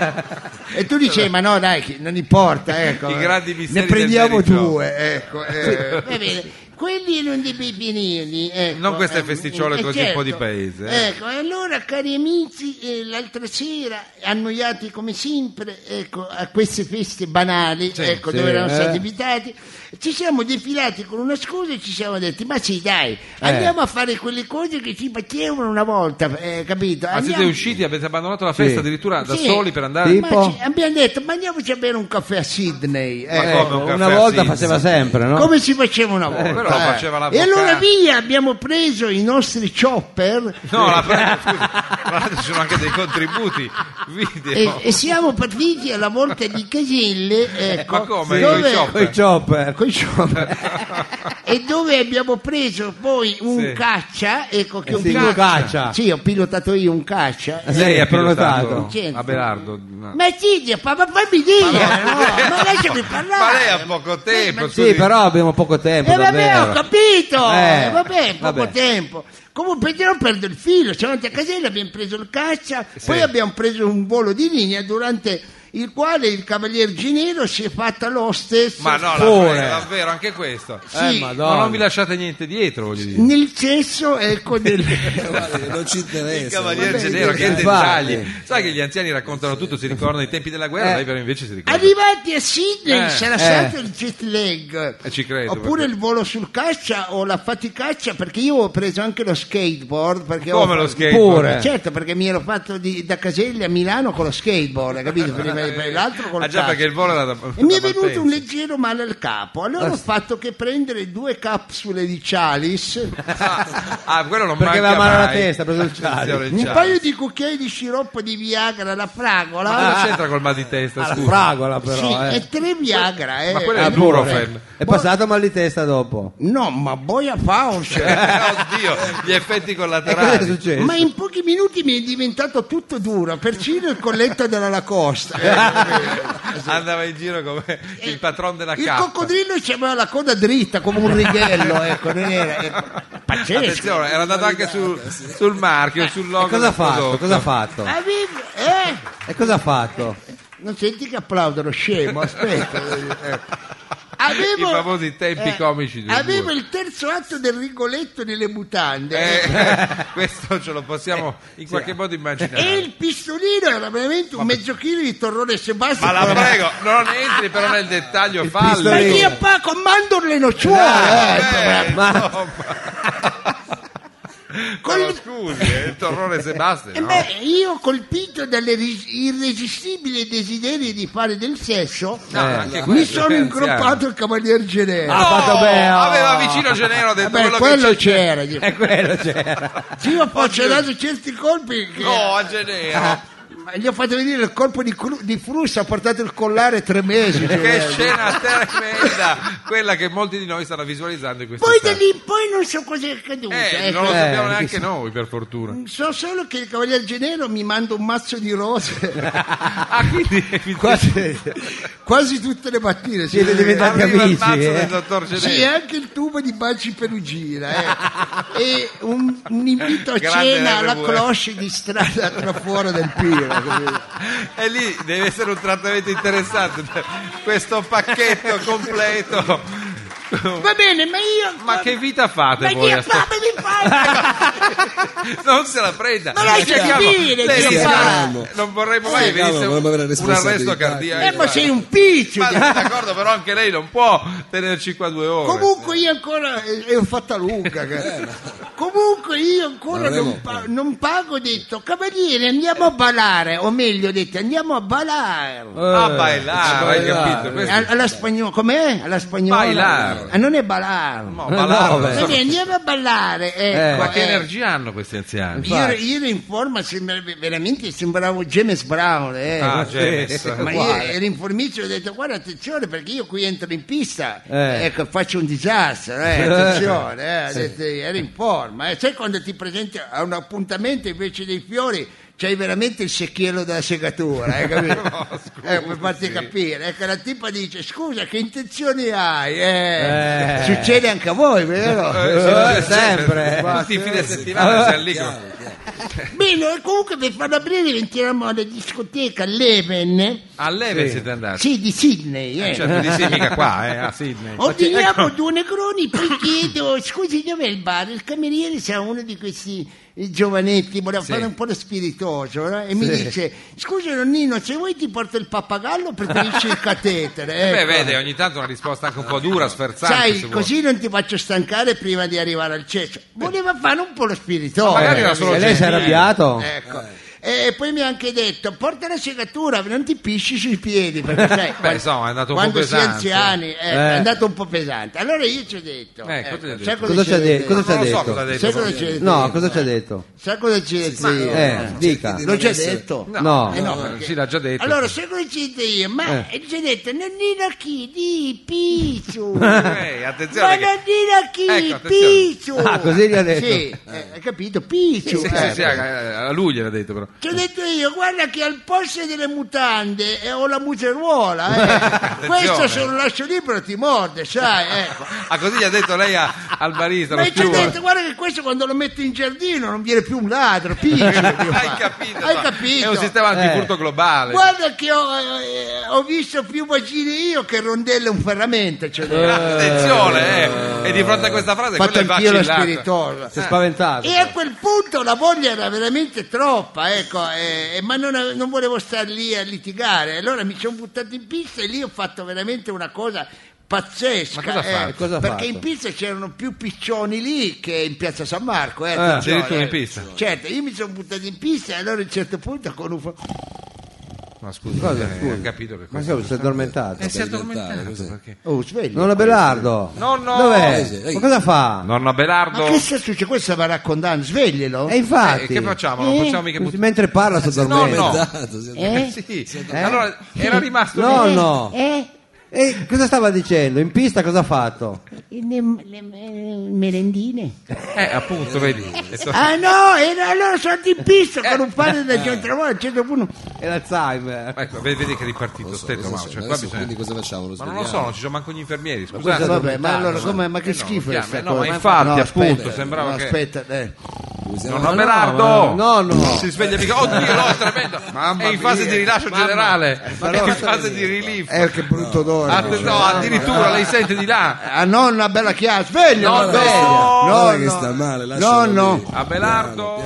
e tu dicevi ma no dai che non importa, ecco, I grandi misteri ne prendiamo del Meriggio. due, ecco, va bene. Quelli erano dei bei pienini, ecco. Non queste festicciole così un po' di paese, Ecco, e allora cari amici, l'altra sera, annoiati come sempre, ecco, a queste feste banali, ecco, sì, dove erano stati invitati, ci siamo defilati con una scusa e ci siamo detti, ma sì dai, andiamo a fare quelle cose che ci facevano una volta, capito? Ma siete Andiamo- usciti, avete abbandonato la festa addirittura da Sì. soli per andare... Sì. Ma Tipo? abbiamo detto, ma andiamoci a bere un caffè a Sydney. Ma come un caffè Una a volta Sydney? faceva sempre, no? Come si faceva una volta. però faceva E l'avvocato. allora via, abbiamo preso i nostri chopper No, la prego, scusi. Tra l'altro ci sono anche dei contributi video. e siamo partiti alla volta di Caselle, ecco, Ma come? dove, Coi chopper? Coi chopper. coi chopper. E dove abbiamo preso poi un Sì. caccia, ecco che un Sì, un caccia. Sì, ho pilotato io un caccia. Sì, Lei è ha pilotato prenotato. Certo. a Belardo. No. Ma sì, ma fammi dire, no, ma lasciami parlare. Ma lei ha poco tempo. Sì, scusi. però abbiamo poco tempo, Vabbè, davvero. ho capito, vabbè, poco vabbè. tempo. Comunque non perdo il filo, siamo andati a Casella, abbiamo preso il caccia, poi abbiamo preso un volo di linea durante il quale il Cavalier Ginero si è fatta l'hostess Ma no, Pure. davvero, anche questo. Sì, Ma Madonna. non vi lasciate niente dietro, voglio dire. nel cesso, ecco, del... Guardi, non ci Il interessa. Cavaliere vabbè, Genero, che infatti. dettagli. Sai che gli anziani raccontano tutto, si ricordano i tempi della guerra, lei però invece si ricorda. Arrivati a Sydney sarà eh. stato il jet lag, Ci credo. oppure perché- il volo sul caccia o la faticaccia, perché io ho preso anche lo skateboard, perché Come ho... lo skateboard? Pure. Certo, perché mi ero fatto da Caselle a Milano con lo skateboard, capito? Prima per l'altro con Ah già, perché il volo era da E mi è da venuto Malpensa. un leggero male al capo, allora ho fatto che prendere 2 capsule di Chalice, Ah, quello non Perché manca aveva male alla mai. testa, ha preso il Attenzione, Chalice. il un Chalice. paio di cucchiai di sciroppo di Viagra, la fragola, Ma cosa c'entra col mal di testa, La scusa? fragola però, sì, e 3 Viagra. Ma quello è Ah, il pure. Nurofen. È passato mal di testa dopo. No, ma boia Fauci. Oddio, gli effetti E cosa è collaterali. successo? Ma in pochi minuti mi è diventato tutto duro, persino il colletto della Lacoste. andava in giro come il patron della Il cappa. coccodrillo aveva la coda dritta come un righello, ecco, non era pazzesco. Attenzione, era andato anche sul marchio, sul logo. Cosa ha fatto? Cosa ha fatto? E cosa ha fatto? Non senti che applaudono, scemo, aspetta. I famosi tempi comici di avevo il terzo atto del Rigoletto nelle mutande questo ce lo possiamo in qualche modo immaginare. e il pistolino era veramente un mezzo chilo di torrone Sebastiano. Ma la prego, non entri però nel dettaglio, fallo. Ma io comando le nocciuole Però scusi, il torrone Sebastiano. io colpito dalle irresistibili desideri di fare del sesso mi sono ingroppato il Cavalier Genero. Aveva vicino Genero, ha detto quello c'era. Quello c'era. Sì, io ho dato certi colpi che... No, a Genero. Gli ho fatto vedere il colpo di frusta, ha portato il collare 3 mesi. Che scena tremenda, quella che molti di noi stanno visualizzando in questo Poi da lì in poi non so cosa è accaduto. non lo sappiamo neanche noi, per fortuna. So solo che il Cavalier Genero mi manda un mazzo di rose Quindi quasi tutte le mattine. Siete diventati arriva il amici. mazzo del dottor Genero. Sì, anche il tubo di baci perugina e un invito a Grande cena alla RWE. cloche di strada tra fuori del Piro. E lì deve essere un trattamento interessante, questo pacchetto completo. Va bene, Ma che vita fate voi? Non se la prenda. Ma lascia capire, lei sì, non vorremmo mai che venisse vorremmo avere un responsabilità. arresto cardiaco. ma sei un piccio. Ma d'accordo, però anche lei non può tenerci qua 2 ore. Comunque io ancora ho fatta lunga. Comunque io ancora non pago, ho detto Cavaliere andiamo a ballare, o meglio ho detto andiamo a ballare. A bailare, hai capito? Questo- Alla spagnola, com'è? Alla spagnola? Bailar. Non è ballare. No, ballare, non so- Andiamo a ballare. Ecco, Ma che energia hanno questi anziani? Io ero in forma, veramente sembravo James Brown. James. Ma io ero in formiccio e ho detto guarda attenzione perché io qui entro in pista ecco, faccio un disastro, attenzione, ho detto, ero in forma. Sai quando ti presenti a un appuntamento invece dei fiori c'hai veramente il secchiello della segatura, hai capito? Per farti capire. Ecco, la tipa dice scusa che intenzioni hai? Succede anche a voi, vero? Sempre. Tutti i fine settimana siamo lì con- Bene, comunque per farla breve entriamo alla discoteca Leven. All'Eve siete andati? Sì, di Sydney. Certo, di sì, mica qua, a Sydney. Ordiniamo 2 negroni, poi chiedo, scusi dov'è il bar? Il cameriere sa uno di questi giovanetti, voleva fare un po' lo spiritoso, no? E mi dice, scusa nonnino, se vuoi ti porto il pappagallo o preferisci il catetere? Beh, Ecco. vede, ogni tanto una risposta anche un po' dura, sferzante. Sai, se vuole. così non ti faccio stancare prima di arrivare al cesso. Voleva fare un po' lo spiritoso. magari era solo E lei si è arrabbiato? Ecco. E poi mi ha anche detto porta la segatura, non ti pisci sui piedi perché sai, insomma, è andato un po' quando si è pesante. anziani è andato un po' pesante. Allora io ci ho detto cosa ti ha detto? sai Cosa ci ha detto? Non lo so detto? cosa ha detto. Sai cosa ci ho detto? No, cosa ci ha detto? Sai cosa ci ho detto io? Dica. L'ho già detto. No. No, perché- Sì, l'ha già detto. Allora, sai cosa ci ho detto io? Ma ci ho detto nonnino chi? Di Picciu. Attenzione Ma che- nonnino chi? Ecco, attenzione. Picciu. Ah, così gli ha detto. Sì, hai capito? Picciu. Sì, a lui gliel'ha detto però. Ci ho detto io, guarda che al posto delle mutande ho la museruola, questo se lo lascio libero ti morde, sai, ecco. Ah, così gli ha detto lei al barista, Ma lo ci ho steward. detto, guarda che questo quando lo metto in giardino non viene più un ladro, piccio. Hai capito? Hai no? capito? È un sistema antifurto globale. Guarda che ho visto più vagine io che rondelle un ferramento. Ci ho detto. Attenzione, e di fronte a questa frase Fatto quello è anch'io lo vacillato. spiritoso. Si è spaventato. E a quel punto la voglia era veramente troppa, ecco, ma non volevo star lì a litigare. Allora mi sono buttato in pista e lì ho fatto veramente una cosa pazzesca. Ma cosa ha fatto? Cosa ha perché fatto? in pista c'erano più piccioni lì che in piazza San Marco. addirittura in pista. Certo, io mi sono buttato in pista e allora a un certo punto con un... Ma scusi, Cosa, ho capito che Ma cosa. che si è addormentato? Si è addormentato perché? Oh, svegli. Non è Belardo. Nonno! Dov'è? Ma cosa fa? Nonno Ma Belardo. che sta succedendo? Questo stava raccontando, sveglielo. E infatti. Che facciamo? Non possiamo mica buttare. Mentre parla sto dormendo. No. Mezzato, sì. Sì. Allora era rimasto lì. No. E cosa stava dicendo? In pista cosa ha fatto? Le merendine. Appunto, vedi. Ah no, allora sono in pista con un padre da John Travolta, a un certo punto. È l'Alzheimer. Ecco, vedi che è ripartito Stetto, ma cioè, qua bisogna... Quindi cosa facciamo? Ma non lo so, non ci sono manco gli infermieri, scusate. Vabbè, ma allora come? Ma che schifo è sta No, ma cosa? infatti, No, appunto, aspetta, sembrava no, che... aspetta, No, Abelardo! No. Non si sveglia mica. Oddio, no, è tremendo. È in fase di rilascio generale. È in fase di relief. che brutto odore. No, addirittura lei sente di là. A nonna bella chiara, sveglia, No, sveglia. no. Guarda che sta male, lascialo No. lì. Abelardo.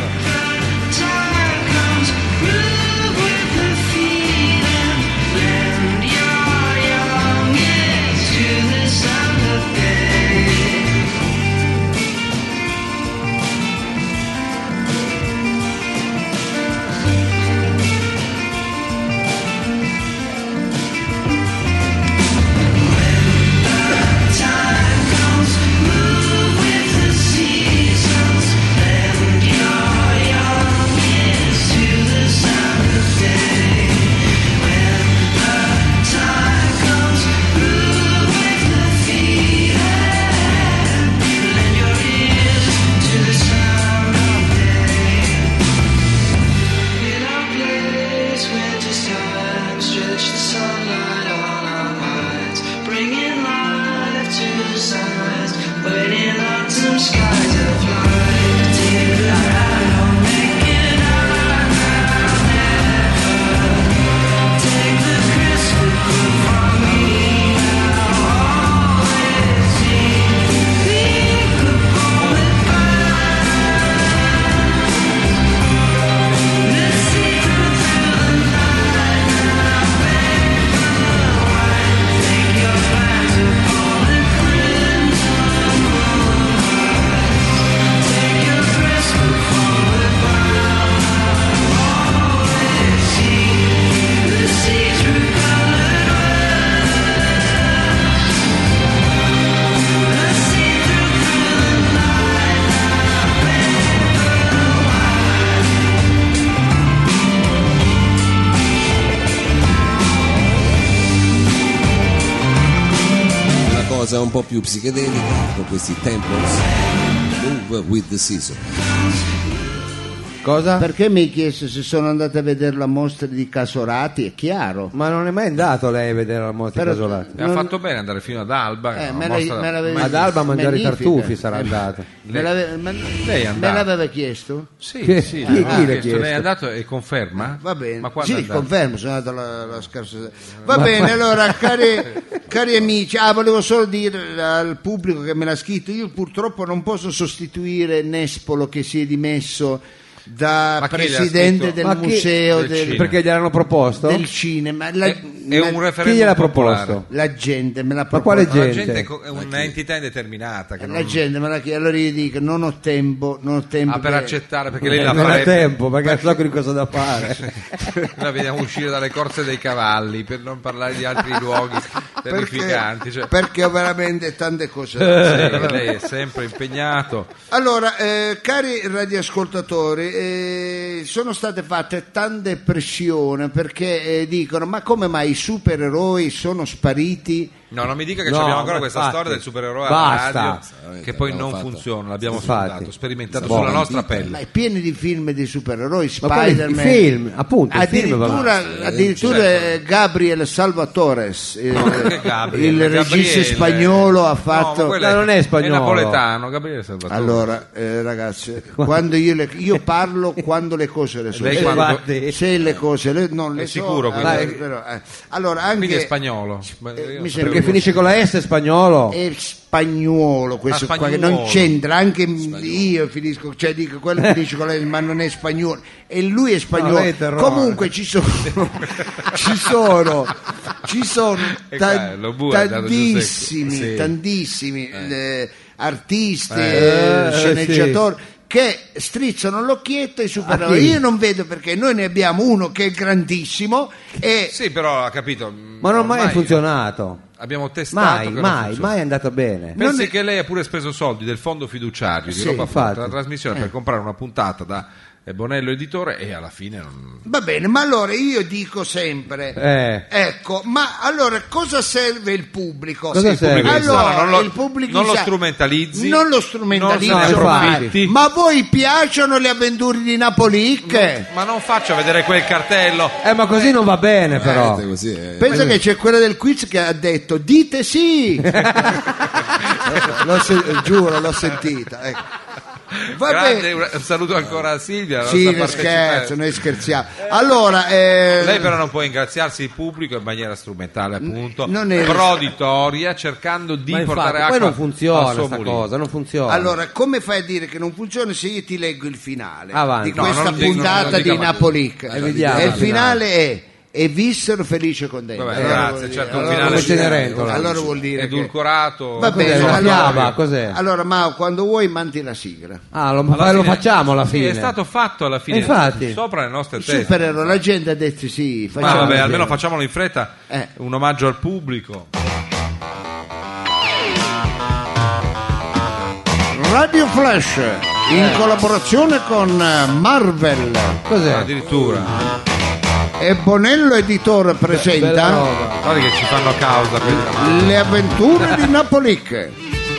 Un po' più psichedelica con questi Temples, Move with the Season. Cosa? Perché mi hai chiesto se sono andato a vedere la mostra di Casorati? È chiaro. Ma non è mai andato lei a vedere la mostra di Casolati? Ha fatto bene andare fino ad Alba. Che è una mostra... Ad Alba a mangiare i tartufi sarà andato. Lei è andato. Me l'aveva chiesto? Sì, Chi l'ha chiesto. Lei è andato e conferma? Va bene. Ma quando è sì, andato? confermo, sono andato la scorsa. Va bene, allora, cari amici, volevo solo dire al pubblico che me l'ha scritto, io purtroppo non posso sostituire Nespolo che si è dimesso da presidente del museo perché gliel'hanno proposto? del cinema. È un referendum. Chi gliel'ha popolare. proposto? La gente me l'ha Ma proposto. quale La gente? gente è un'entità indeterminata. Che La gente me l'ha chiesto, allora io dico non ho tempo per accettare, perché lei la non ha farebbe. tempo, perché so che cosa da fare. La vediamo uscire dalle corse dei cavalli, per non parlare di altri luoghi terrificanti. Perché ho veramente tante cose lei è sempre impegnato. Allora, cari radioascoltatori, sono state fatte tante pressioni perché dicono ma come mai i supereroi sono spariti? No, non mi dica che No, abbiamo ancora ma questa infatti, storia del supereroe alla basta. radio che poi non funziona, l'abbiamo Infatti. sfondato, sperimentato Boh, sulla nostra Ma pelle. è pieno di film di supereroi, Ma quali Spider-Man. i film, appunto, i film Addirittura Gabriel Salvatores, Che Gabriele? il regista Gabriele. spagnolo, ha No, fatto. ma quello Ma non è spagnolo. È napoletano, Gabriele Salvatore. Allora, ragazzi, quando io parlo quando le cose le so. Lei Se- quando- se le cose non le È so, sicuro, quindi? però, allora anche Quindi è spagnolo. mi sembra Perché finisce con la S spagnolo. è spagnolo questo qua, che spagnolo. non c'entra, anche io finisco, cioè dico quello finisce con lei ma non è spagnolo e lui è spagnolo. No, lei è terrore. Comunque ci sono Lo bue ha dato tantissimi giusto, sì. tantissimi artisti, sceneggiatori che strizzano l'occhietto ai supereroi. Io non vedo perché noi ne abbiamo uno che è grandissimo e Sì, però ha capito. Ma non mai è ormai funzionato. Abbiamo testato che non funziona. Mai è andato bene. Pensi che lei ha pure speso soldi del fondo fiduciario di Sì, Roba Forte, infatti. la trasmissione per comprare una puntata da Bonello editore, e alla fine non... Va bene, ma allora io dico sempre, ecco, ma allora cosa serve il pubblico? Cosa serve? Allora, il pubblico non lo strumentalizzi, non lo strumentalizzi, non se ne approfitti. ma a voi piacciono le avventure di Napolicche? Ma non faccio vedere quel cartello. Ma così non va bene, però. Così, Pensa che c'è quella del quiz che ha detto dite sì. Giuro, l'ho sentita, ecco. Va Grande, bene. un saluto ancora a Silvia. Sì, noi scherziamo. Allora, lei però non può ingraziarsi il pubblico in maniera strumentale, appunto, proditoria, cercando di portare acqua. Poi non funziona al suo sta mulino. cosa, non funziona. Allora, come fai a dire che non funziona se io ti leggo il finale Avanti. di questa non dico- puntata non dica di mai. Napolicche? Vediamo, E il finale è "e vissero felice contento". Vabbè, Allora grazie, vuol dire- certo, un allora finale vuol dire- Cenerentola. allora vuol dire che... Edulcorato. Va bene, Cos'è? Una allora- fiaba, cos'è? Allora, ma quando vuoi mandi la sigla. Lo facciamo alla fine. Sì, è stato fatto alla fine, Infatti. sopra le nostre teste. Supererò, la gente ha detto sì, Ma facciamo. vabbè, almeno facciamolo in fretta, un omaggio al pubblico. Radio Flash in collaborazione con Marvel Cos'è? Addirittura. e Bonello editore Bella presenta roba. Guarda che ci fanno causa quelli della mano. Le avventure di Napolicche,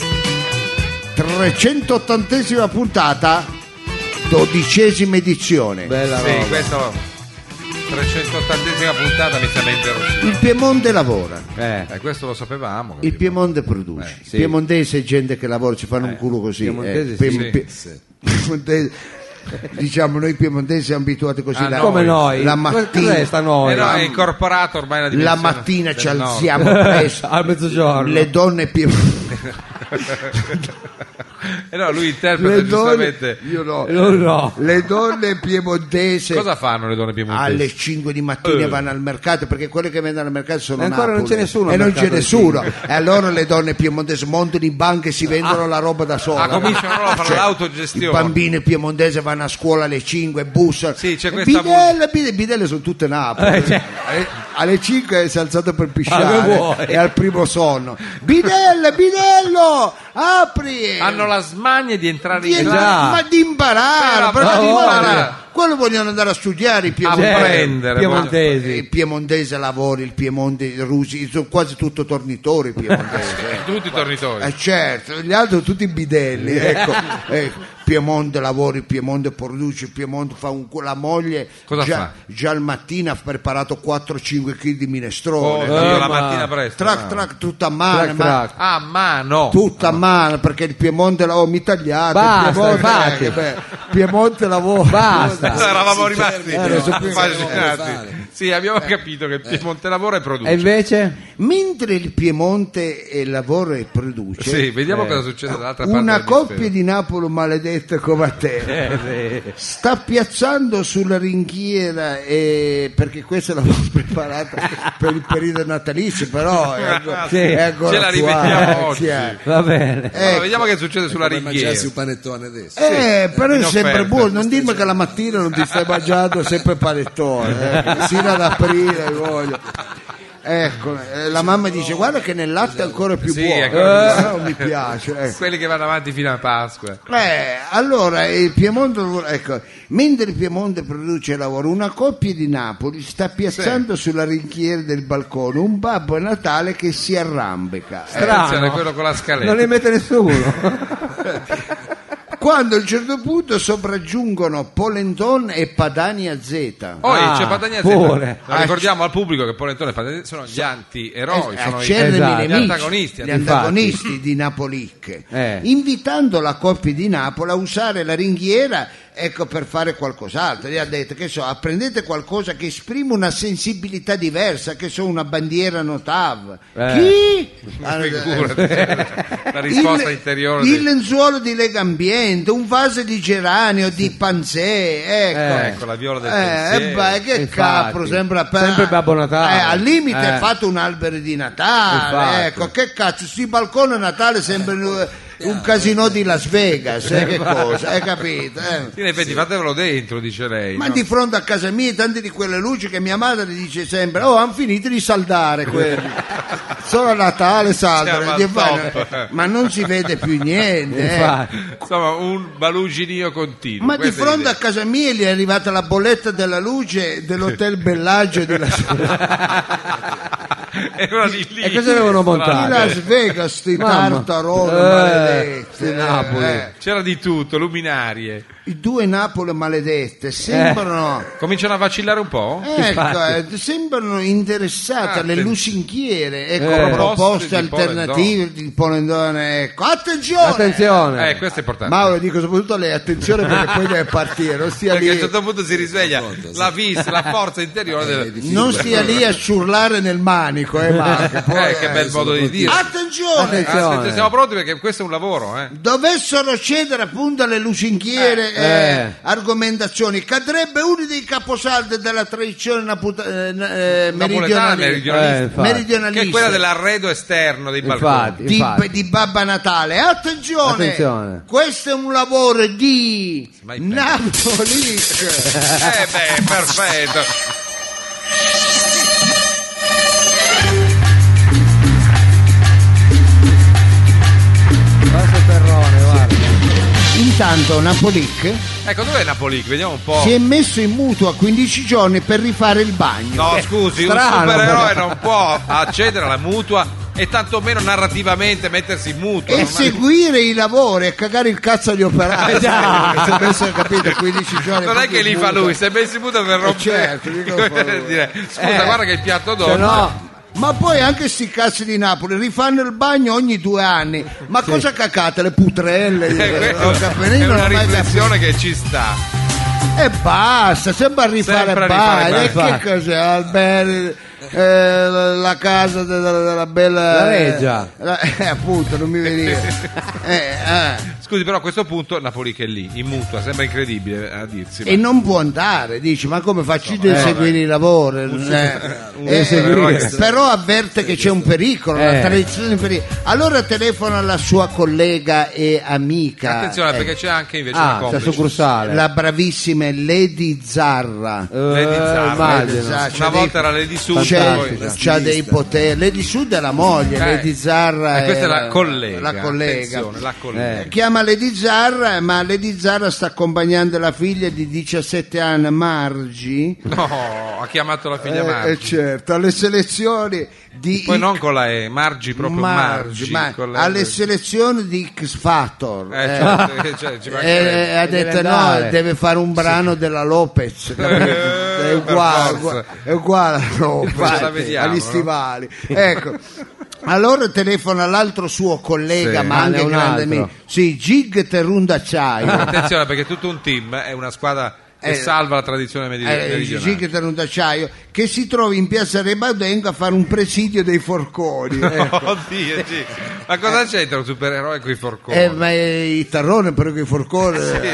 380esima puntata, 12esima edizione. Bella Sì, roba. questa 380esima puntata mi sta mente rossina. Il Piemonte lavora, Questo lo sapevamo. il Piemonte produce. sì. Il piemontese è gente che lavora, ci fanno un culo così. Piemontese Piemontese- diciamo, noi piemontesi siamo abituati così. Come noi? La Cos'è mattina, sta noi? No, è incorporato ormai la la dimensione mattina ci del nord. alziamo presto. Al mezzogiorno. Le donne piemontesi. No, lui interpreta giustamente. Io no. No. Le donne piemontesi Cosa fanno le donne piemontesi? alle 5 di mattina vanno al mercato, perché quelle che vendono al mercato sono E ancora Napoli. non c'è nessuno e al non mercato c'è alle nessuno, e allora le donne piemontesi montano in banca e si vendono la roba da sola. cominciano loro a fare Cioè, l'autogestione. i bambini piemontesi vanno a scuola alle 5, bussano. Sì, c'è questa Bidelle sono tutte Napoli. Alle 5 si è alzato per Ma che pisciare vuoi? e al primo sonno Bidello apri. Hanno la smania di entrare in già. classe. Ma di imparare, Però, perché di imparare. quello vogliono andare a studiare i piemontesi. Apprendere. Piemontesi. Il piemontese lavora, il piemonte, i russi, sono quasi tutto tornitori i piemontesi. Tutti i tornitori. Certo, gli altri sono tutti bidelli, ecco. Piemonte lavora, il Piemonte produce, il Piemonte fa la moglie Cosa fa? già al mattino ha preparato 4-5 kg di minestrone. La mattina presto. Trac, tutto a mano, Trac. A mano. tutto a mano, perché il Piemonte lavora, mi tagliate, Basta, il Piemonte, infatti. Piemonte lavora. Basta. Eravamo rimasti non so più affascinati. Sì, abbiamo capito che il Piemonte lavora e produce. E invece? Mentre il Piemonte lavora e produce, Sì, vediamo cosa succede dall'altra parte. una dell'emisfero. coppia di Napoli maledetta come a te sta piazzando sulla ringhiera, perché questa l'avevo preparata per il periodo natalizio, però è ancora Ce la attuale, rivediamo oggi. chiaro. Va bene. Allora, vediamo che succede sulla Come ringhiera. mangiarsi un panettone adesso. Però è in sempre offerta. buono, non dirmi che la mattina non ti stai mangiando sempre panettone, sino ad aprile voglio. Ecco, la mamma dice guarda che nel latte è ancora più Sì, buono, ancora più non mi piace, ecco. Quelli che vanno avanti fino a Pasqua. Allora il Piemonte, ecco, mentre il Piemonte produce lavoro, una coppia di Napoli sta piazzando sulla ringhiera del balcone un Babbo Natale che si arrambica. Attenzione a quello con la scaletta. Non ne mette nessuno. Quando a un certo punto sopraggiungono Polentone e Padania Z. C'è Padania Z. pure. Lo ricordiamo al pubblico che Polentone e Padania Z sono gli anti-eroi, sono Acerrimi Esatto. gli nemici, antagonisti. gli antagonisti di Napolicche, invitando la coppia di Napoli a usare la ringhiera, ecco, per fare qualcos'altro. Gli ha detto che prendete qualcosa che esprime una sensibilità diversa, che una bandiera Notav. Chi? Figurati, la risposta interiore il lenzuolo di Legambiente, un vaso di geranio di Panzè, ecco la viola del pensiero. che Infatti. capro, sembra Sempre Babbo Natale. al limite fatto un albero di Natale, Infatti. ecco, che cazzo, sti balcone a Natale sembrano un casino di Las Vegas, che cosa, hai capito? In effetti fatevelo dentro, dice lei. Ma no? di fronte a casa mia tante di quelle luci che mia madre dice sempre: oh, hanno finito di saldare quelli. Solo a Natale saldano. Ma non si vede più niente. Insomma, un baluginio continuo. Ma di fronte a casa mia gli è arrivata la bolletta della luce dell'Hotel Bellagio di Las Vegas. E cosa avevano montato? Di Las Vegas, sti tartarone maledetti. C'era di tutto, luminarie. I due Napoli maledette sembrano cominciano a vacillare un po'? sembrano interessate alle lusinghiere, proposte alternative di Polendone. Ecco, attenzione! Questo è importante. Mauro, dico soprattutto a lei, attenzione perché poi deve partire, non stia perché lì. a un certo punto si risveglia la vis, la forza interiore non stia lì a ciurlare nel manico, Mauro, poi, che bel modo di dire. Attenzione! Siamo pronti perché questo è un lavoro, Dovessero cedere appunto alle lusinghiere argomentazioni, cadrebbe uno dei caposaldi della tradizione meridionalista, che è quella dell'arredo esterno dei balconi di Babba Natale. Attenzione, questo è un lavoro di Napolic. Perfetto. Intanto Napolic, ecco, dov'è Napolic? Vediamo un po'. si è messo in mutuo a 15 giorni per rifare il bagno. No, scusi, strano, un supereroe non può accedere alla mutua e tantomeno narrativamente mettersi in mutuo. E seguire i lavori e cagare il cazzo agli operai. Si è messo, capito, 15 giorni. Non è che li fa lui, si è messo in mutuo per rompere. Certo, scusa, guarda che il piatto d'oro. Ma poi anche sti cazzi di Napoli rifanno il bagno ogni 2 anni. Ma cosa cacate? Le putrelle? È una riflessione che ci sta. E basta, sempre a rifare il bagno. Che cos'è? La casa della bella la Reggia. Appunto, non mi veniva. Scusi, però a questo punto Napoli che è lì in mutua, sembra incredibile a dirsi. E non può andare, dici, ma come faccio a seguire i lavori? Però avverte che c'è un pericolo, la tradizione è in pericolo. Allora telefona alla sua collega e amica. Attenzione, perché c'è anche invece una complice, succursale, la bravissima Lady Zarra. Una volta era Lady Sud, c'ha dei poteri. Lady Sud è la moglie, Lady Zarra questa è la collega. Attenzione, la collega. Chiama Lady Zarra, ma Lady Zarra sta accompagnando la figlia di 17 anni, Margie. No, ha chiamato la figlia Margie. Certo, alle selezioni di poi non con la Margie, proprio Margie alle selezioni di X Factor. Ha detto no, deve fare un brano della Lopez, è uguale a Lopez, agli stivali. Ecco. Allora telefona all'altro suo collega, ma anche grande amico, Gig Terrun d'acciaio. Attenzione, perché tutto un team è una squadra che salva la tradizione meridionale. Gig Terrun d'acciaio, che si trova in piazza Rebaudengo a fare un presidio dei forconi. Oddio, ma cosa c'entra un supereroe con i forconi? Ma i Tarrone però con i forconi,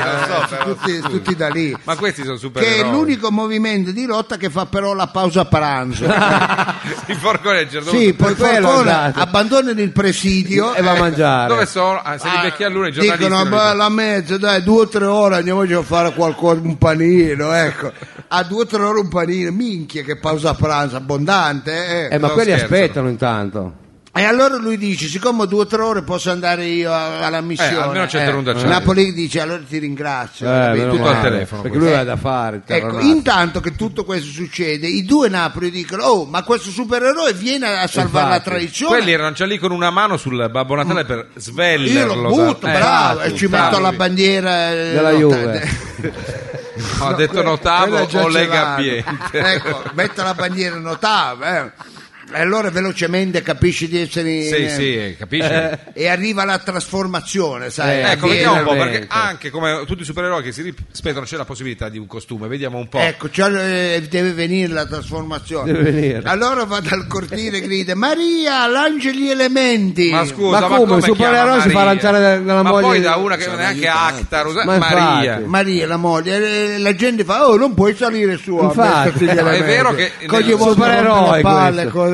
tutti da lì. Ma questi sono supereroi. Che è l'unico movimento di lotta che fa però la pausa pranzo. I forconi a certo punto. Sì, poi i forconi abbandonano il presidio e va a mangiare. Dove sono? Se li becchi a luna i giornalisti dicono la mezza, dai, 2 o 3 ore andiamoci a fare qualcosa, un panino, ecco. A 2 o 3 ore un panino, minchia che pausa pranzo abbondante. Ma quelli aspettano intanto. E allora lui dice, siccome 2 o 3 ore posso andare io alla missione, almeno c'è Napoli dice, allora ti ringrazio, tutto al telefono, perché lui ha da fare. Ecco, intanto che tutto questo succede, i 2 Napoli dicono, oh, ma questo supereroe viene a salvare la tradizione. Quelli erano già lì con una mano sul Babbo Natale per svellerlo. Io lo butto, bravo, e ci metto la bandiera della Juve. Ho detto notavo o Lega Ambiente. Ecco, metto la bandiera notavo, E allora velocemente capisci di essere sì, capisci. E arriva la trasformazione, sai? Ecco, vediamo un po', perché anche come tutti i supereroi che si rispettano c'è la possibilità di un costume, vediamo un po'. Ecco, deve venire la trasformazione. Allora va dal cortile e grida: Maria, lancia gli elementi. Ma scusa, ma come il supereroe si fa lanciare dalla moglie? Ma poi da una che non è neanche Actar, Maria, la moglie, la gente fa: oh, non puoi salire su. Infatti, è vero che con gli supereroi palle,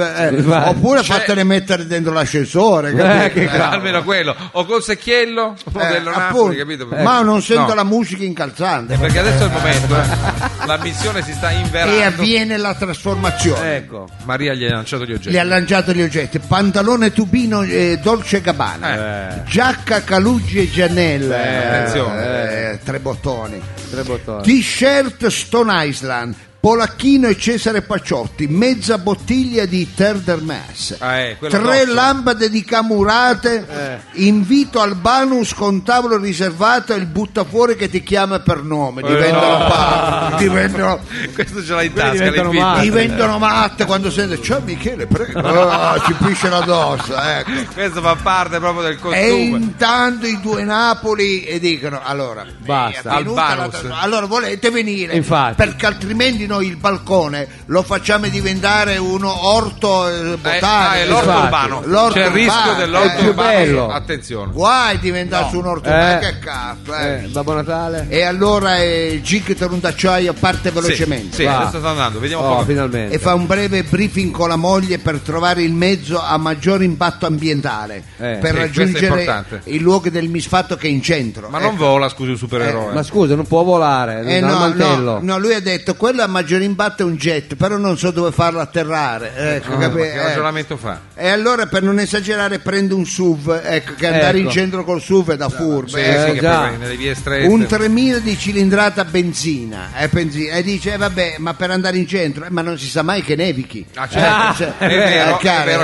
oppure fatele mettere dentro l'ascensore, capito? Almeno quello, o col secchiello, modello Napoli, capito? Ma non sento la musica incalzante, perché adesso è il momento, la missione si sta inverando e avviene la trasformazione. Ecco. Maria gli ha lanciato gli oggetti. Gli ha lanciato gli oggetti: pantalone tubino Dolce Gabbana, giacca Calugi e Giannella, attenzione, 3 bottoni, T-shirt Stone Island, Polacchino e Cesare Pacciotti, mezza bottiglia di Terder Mass, 3 lampade di Camurate, invito al Banus con tavolo riservato e il buttafuori che ti chiama per nome. Diventano questo ce l'ha in tasca, diventano matte quando sente ciao Michele, prego, ci pisciano addosso, ecco. Questo fa parte proprio del costume. E intanto i 2 Napoli e dicono allora basta, al Banus, allora volete venire? Infatti. Perché altrimenti noi il balcone lo facciamo diventare uno orto botanico, l'orto urbano, c'è il rischio dell'orto urbano, attenzione, guai diventarsi un orto urbano, che cazzo, Babbo Natale. E allora il gig per un d'acciaio parte velocemente, sì, adesso sta andando, vediamo finalmente, e fa un breve briefing con la moglie per trovare il mezzo a maggior impatto ambientale per raggiungere i luoghi del misfatto che è in centro. Ma non vola, scusi, un supereroe, ma scusa, non può volare, no, lui ha detto quello a maggior impatto è un jet, però non so dove farlo atterrare, che ragionamento fa? E allora, per non esagerare, prende un SUV, che andare in centro col SUV è da furbo, che poi nelle vie strette, un 3000 di cilindrata benzina, e dice vabbè, ma per andare in centro, ma non si sa mai che nevichi, è vero,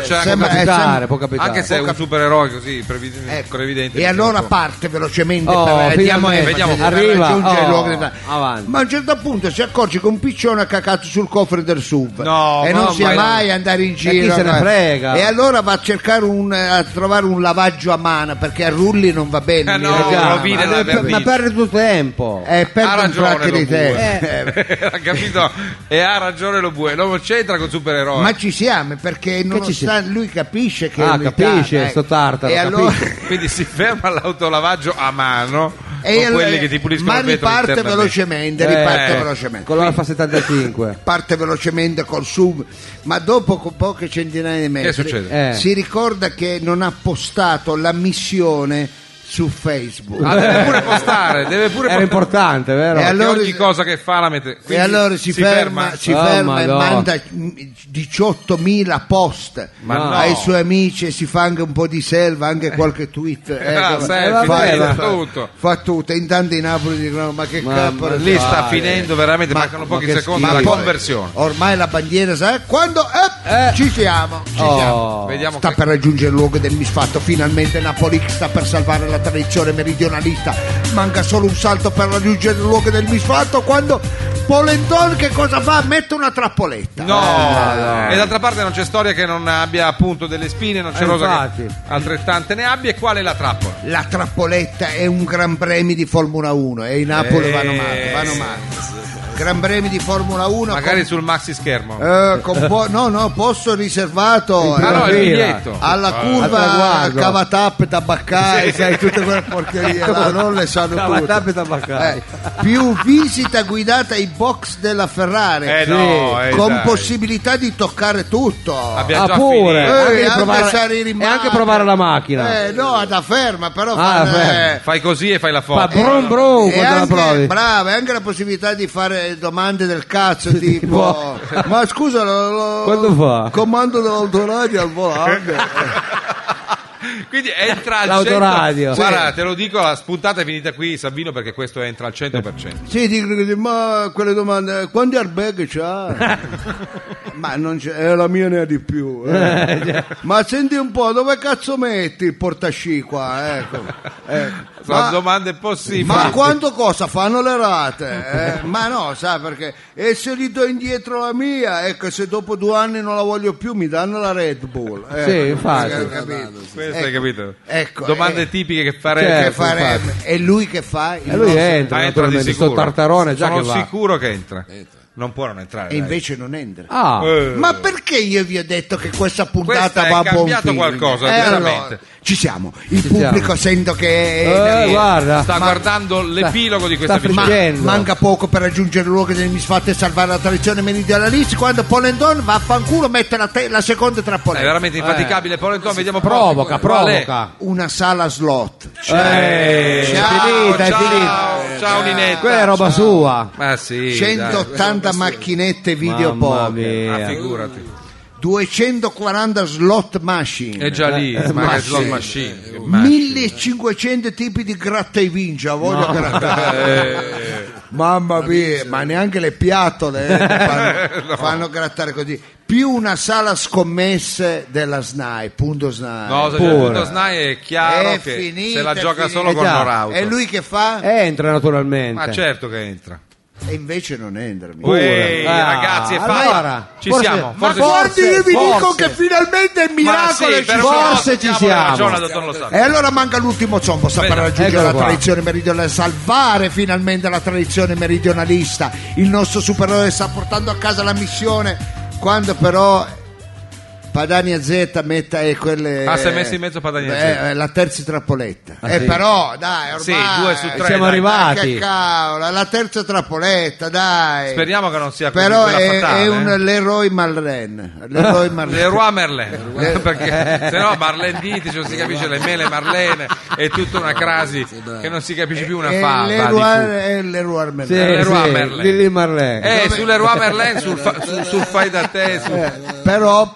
può capitare, anche se è un supereroe così previdente, e allora parte velocemente vediamo arriva, raggiungere il luogo avanti. Ma a un certo punto si accorge che un piccione ha cacato sul cofre del SUV, e non sia mai andare in giro, chi se ne frega, e allora va a cercare a trovare un lavaggio a mano, perché a rulli non va bene, ma perde tutto tempo, perde un fratto di tempo, ha capito, e ha ragione lo bue, non c'entra con supereroe, ma ci siamo, perché nonostante lui capisce che capisce sto tartaro, e allora quindi si ferma all'autolavaggio a mano, con quelli che ti puliscono ma il vetro riparte velocemente, con l'Alfa 75 parte velocemente col SUV, ma dopo poche centinaia di metri che succede? Si ricorda che non ha postato la missione su Facebook. Deve pure postare, era importante, vero? E allora, ogni cosa che fa la mette, e allora si ferma e manda 18.000 post ai suoi amici, e si fa anche un po' di selva, anche qualche tweet, fa tutto. Intanto i Napoli dicono ma che capo, lì sta finendo veramente, mancano pochi secondi alla conversione, ormai la bandiera quando ci siamo. Vediamo sta per raggiungere il luogo del misfatto, finalmente Napoli sta per salvare la tradizione meridionalista, manca solo un salto per raggiungere il luogo del misfatto, quando Polenton che cosa fa? Mette una trappoletta. E d'altra parte non c'è storia che non abbia appunto delle spine, non c'è rosa che altrettante ne abbia. E qual è la trappola? La trappoletta è un Gran Premio di Formula 1 e i Napoli vanno male. Gran Premio di Formula 1 magari sul maxi schermo, posto riservato il biglietto alla curva Cavatap Tabaccai, sai, tutte quelle porcherie non le sanno tutte. Più visita guidata ai box della Ferrari, con possibilità di toccare tutto, abbiamo già pure anche provare la macchina, da ferma, però fai così e fai la foto, e anche la possibilità di fare domande del cazzo tipo ma scusa quando fa comando dell'autoradio al volante. Quindi entra al l'autoradio. Guarda, te lo dico, la spuntata è finita qui, Savino, perché questo entra al 100%. Sì, dicono così, ma quelle domande, quanti airbag c'ha? Ma non c'è, la mia ne ha di più. Ma senti un po', dove cazzo metti il portasci qua? Sono domande possibili. Ma quanto cosa fanno le rate? Ma no, sai perché? E se gli do indietro la mia, ecco, se dopo 2 anni non la voglio più mi danno la Red Bull. Sì, infatti. Questo hai capito? Ecco, domande tipiche che farebbe. E lui che fa? Lui entra di sicuro. Sto tartarone già sono che va. Sicuro che entra. Non può non entrare. E invece non entra. Ma perché io vi ho detto che questa puntata va a buon fine? È cambiato qualcosa, veramente. Allora, ci siamo. Il pubblico sento che guarda, sta guardando l'epilogo di questa vicenda. Manca poco per raggiungere il luogo delle misfatte e salvare la tradizione meridionalista. Quando Polendon va a fanculo mette la seconda trappoletta. È veramente infaticabile. Polendon, vediamo provoca. Una sala slot. È finita. Ciao Ninetta. Quella è roba sua. Ma sì, 180 macchinette videopoker. Figurati. 240 slot machine. È già lì, slot machine. 1500 tipi di gratta e vinci. Voglio grattare. Mamma mia, ma neanche le piattole fanno grattare così. Più una sala scommesse della SNAI, punto SNAI. No, se c'è il punto SNAI è chiaro È che finita, se la gioca è solo con finita. Norauto. E lui che fa? Entra naturalmente. Ma certo che entra. E invece non entra. Ragazzi, è allora, ci siamo. Ma guardi, io vi dico che finalmente il miracolo forse ci siamo. Ragione, dottor Lo Sapio. E allora manca l'ultimo zombo, sta per raggiungere la tradizione meridionale, salvare finalmente la tradizione meridionalista. Il nostro supereroe sta portando a casa la missione, quando però Padania Z mette quelle. Si è messo in mezzo Padania Z. La terza trappoletta. Sì. Però dai, ormai Sì, 2 su 3. siamo arrivati. Che cavolo, la terza trappoletta, dai. Speriamo che non sia così. Però quella fatale, è un Leroy Merlin. Leroy Merlin. Perché se no Marlenditi, non si capisce le mele Marlene, è tutta una crasi che non si capisce più una fava. È Leroy Merlin. Leroy Merlin. Lili Marlene. Sull'Leroy Merlin, sul fai da te. Però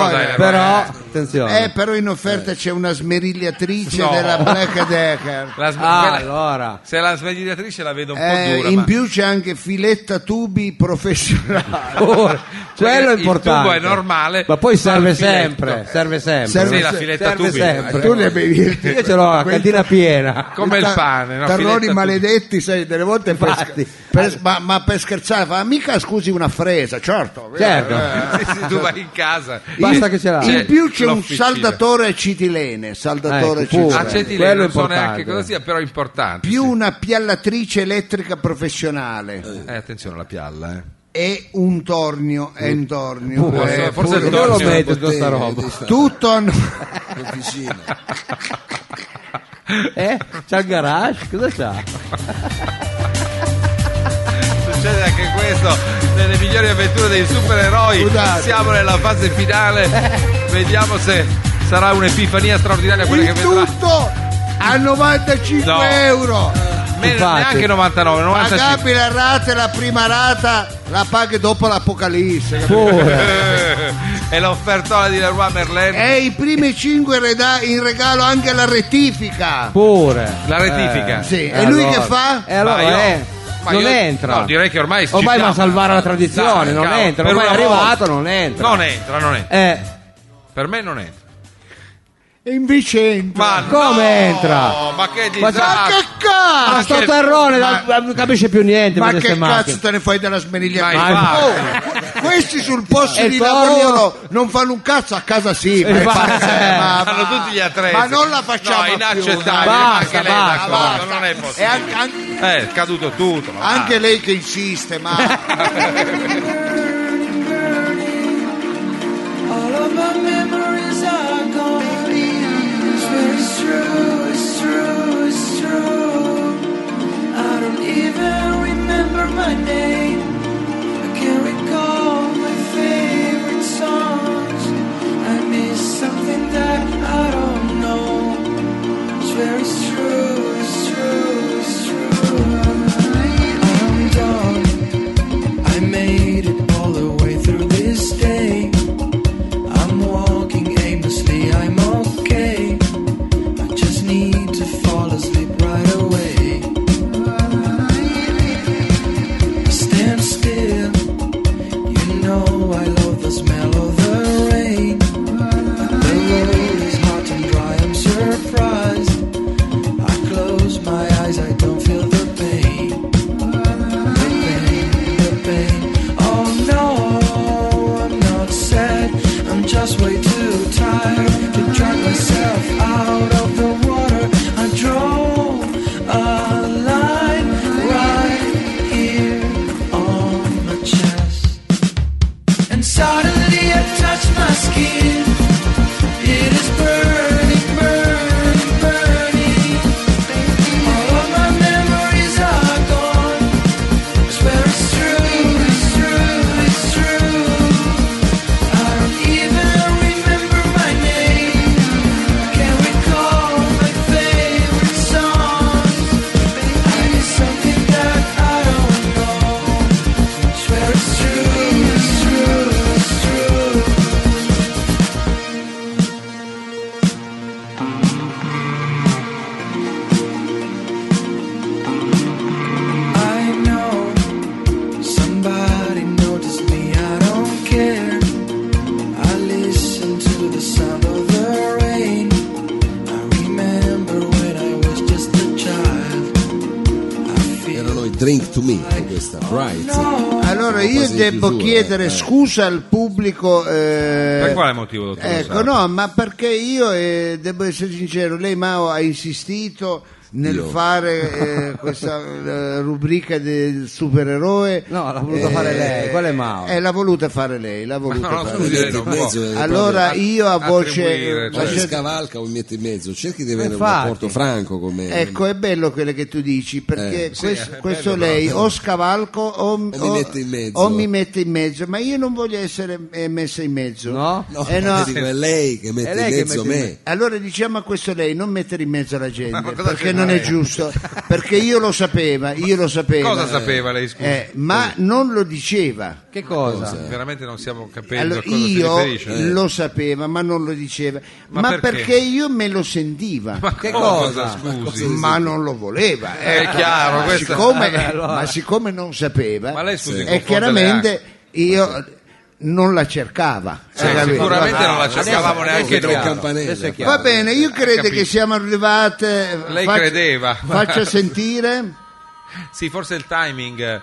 attenzione. però in offerta c'è una smerigliatrice della Black Decker. Allora, se la smerigliatrice la vedo un po' dura. In più c'è anche filetta tubi professionale. quello è importante. Il tubo è normale, ma poi serve il filetto. sempre. Serve Sì, la filetta serve tubi. sempre. Tu ne bevi. Io ce l'ho la cantina piena. Come il pane, no? Tarloni maledetti, sai, delle volte ma per scherzare fa mica scusi una fresa, certo. Sì, tu vai in casa, basta che ce l'ha. In più c'è un l'officina. saldatore acetilene, Pure. acetilene, Quello è non so importante. neanche cosa sia, però è importante. più una piallatrice elettrica professionale attenzione alla pialla, e un tornio. forse il Dove lo tornio. metto tutta sta roba? Tutto L'officina. C'ha il garage? Cosa c'ha? Succede anche questo nelle migliori avventure dei supereroi. Scusate. Siamo nella fase finale, vediamo se sarà un'epifania straordinaria quella il che vedrà. tutto a 95 No. euro. Neanche 99, 95. Pagabile a rate, la prima rata la paghi dopo l'Apocalisse. E l'offertola di Leroy Merlin. E i primi 5 in regalo anche la rettifica. Pure. La rettifica. Sì. E lui che fa? E allora Ma non io- entra. No, direi che ormai va a salvare la tradizione, Dai, non cavolo, entra. per Ormai è una arrivato, volta. non entra. Non entra. Per me non entra. E invece entra. Ma come no, entra? Ma che Ma disastro. che cazzo? Ma sto terrone non capisce più niente. Ma con queste che macchine. cazzo te ne fai della smerigliatrice? Ma infatti. Questi sul posto E di il tornio? lavoro non fanno un cazzo, a casa sì, ma, infatti. Hanno tutti gli attrezzi. ma non la facciamo No, più, inaccettabile. dai. Basta, Anche lei basta, d'accordo, basta. non è E possibile. È caduto tutto. ma anche lei che insiste, ma All of my memories are gone. It's true, it's true, it's true. I don't even remember my name. I can't recall my favorite songs. I miss something that I don't know. It's very true, it's true, it's true. I'm done. I made it all the way through this day. I'm walking aimlessly, I'm okay. I just need to fall asleep right away. Stand still, you know I love the smell of the rain. The road is hot and dry, I'm surprised. I close my eyes, I don't feel the pain. The pain. Oh no, I'm not sad, I'm just way too tired to drag myself out of the water. I draw a line right here on my chest. Suddenly I touch my skin. It is burning, burning, burning. All of my memories are gone. I swear it's true, it's true, it's true. I don't even remember my name. I can't recall my favorite songs. I need something that I don't know. I swear it's true, it's true, it's true. I know somebody noticed me, I don't care. I listen to the sound of the rain. I remember when I was just a child. I feel Erano i Drink to Me con questa Bright. Allora io Quasi devo chiusura, chiedere scusa al pubblico. Per quale motivo, dottor Ecco, Sarto? no, ma perché io devo essere sincero, lei Mao ha insistito nel Io. fare questa rubrica del supereroe. No, l'ha voluto fare lei, qual è Mao? L'ha voluta fare lei, l'ha voluta no, fare scusi, lei. lei non può. Allora io a voce, attribuire, cioè, O si voce- scavalca o mi mette in mezzo, cerchi di avere un Infatti. rapporto franco con me. ecco, è bello quello che tu dici, perché sì, è questo bello, lei però. o scavalco o mi mette in mezzo. o mi mette in mezzo, ma io non voglio essere messa in mezzo. No? No, no. dico, è lei che mette È lei in che mezzo mette in me. Allora diciamo a questo lei non mettere in mezzo la gente, Ma cosa perché c'è non mai? è giusto, perché io lo sapeva. Cosa sapeva lei, scusi? Ma non lo diceva. Che cosa? Veramente non stiamo capendo Allora, a cosa si io riferisce. lo sapeva, ma non lo diceva. Ma Ma perché? perché io me lo sentiva. Ma Che cosa, cosa? scusi? Ma non lo voleva. È chiaro, ma questo- siccome, Vabbè, allora. ma siccome non sapeva, Ma lei, scusi, e confonde chiaramente io non la cercava. Sì, Hai capito? sicuramente non la cercavamo Adesso- neanche adesso è noi. chiaro. Campanella. Adesso è chiaro. Va bene, io credo capito. che siamo arrivate. Lei credeva. Faccia sentire. Sì, forse il timing.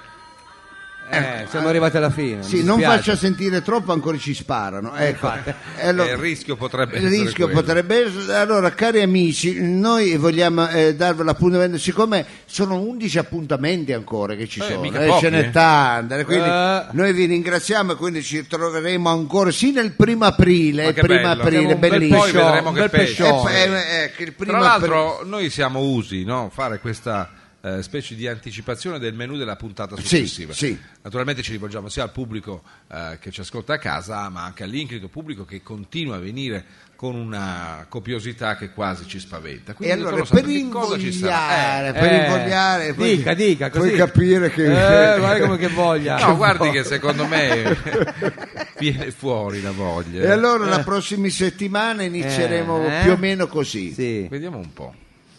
Siamo arrivati alla fine. Sì, mi non dispiace. faccia sentire troppo, ancora ci sparano. Ecco. Allora, Il rischio potrebbe il essere rischio quello. potrebbe essere. Allora, cari amici, noi vogliamo darvi l'appuntamento, siccome sono 11 appuntamenti ancora che ci sono, mica pochi, ce n'è tante, quindi Eh. noi vi ringraziamo e quindi ci troveremo ancora sì nel 1 aprile, Ma il che 1 bello. aprile, Siamo un bel bellissimo. Poi vedremo che bel pesce. pescione. Ecco, il Tra 1 l'altro noi siamo usi, no? Fare questa specie di anticipazione del menù della puntata successiva. sì. Naturalmente ci rivolgiamo sia al pubblico che ci ascolta a casa, ma anche all'inclito pubblico che continua a venire con una copiosità che quasi ci spaventa. E Quindi, allora, dottor Lo per Santo, che cosa ci sarà? invogliare, poi Dica, così. puoi capire che Guarda come che voglia. No, guardi che secondo me viene fuori la voglia. E allora la prossima settimana inizieremo più o meno così. Sì. Vediamo un po'.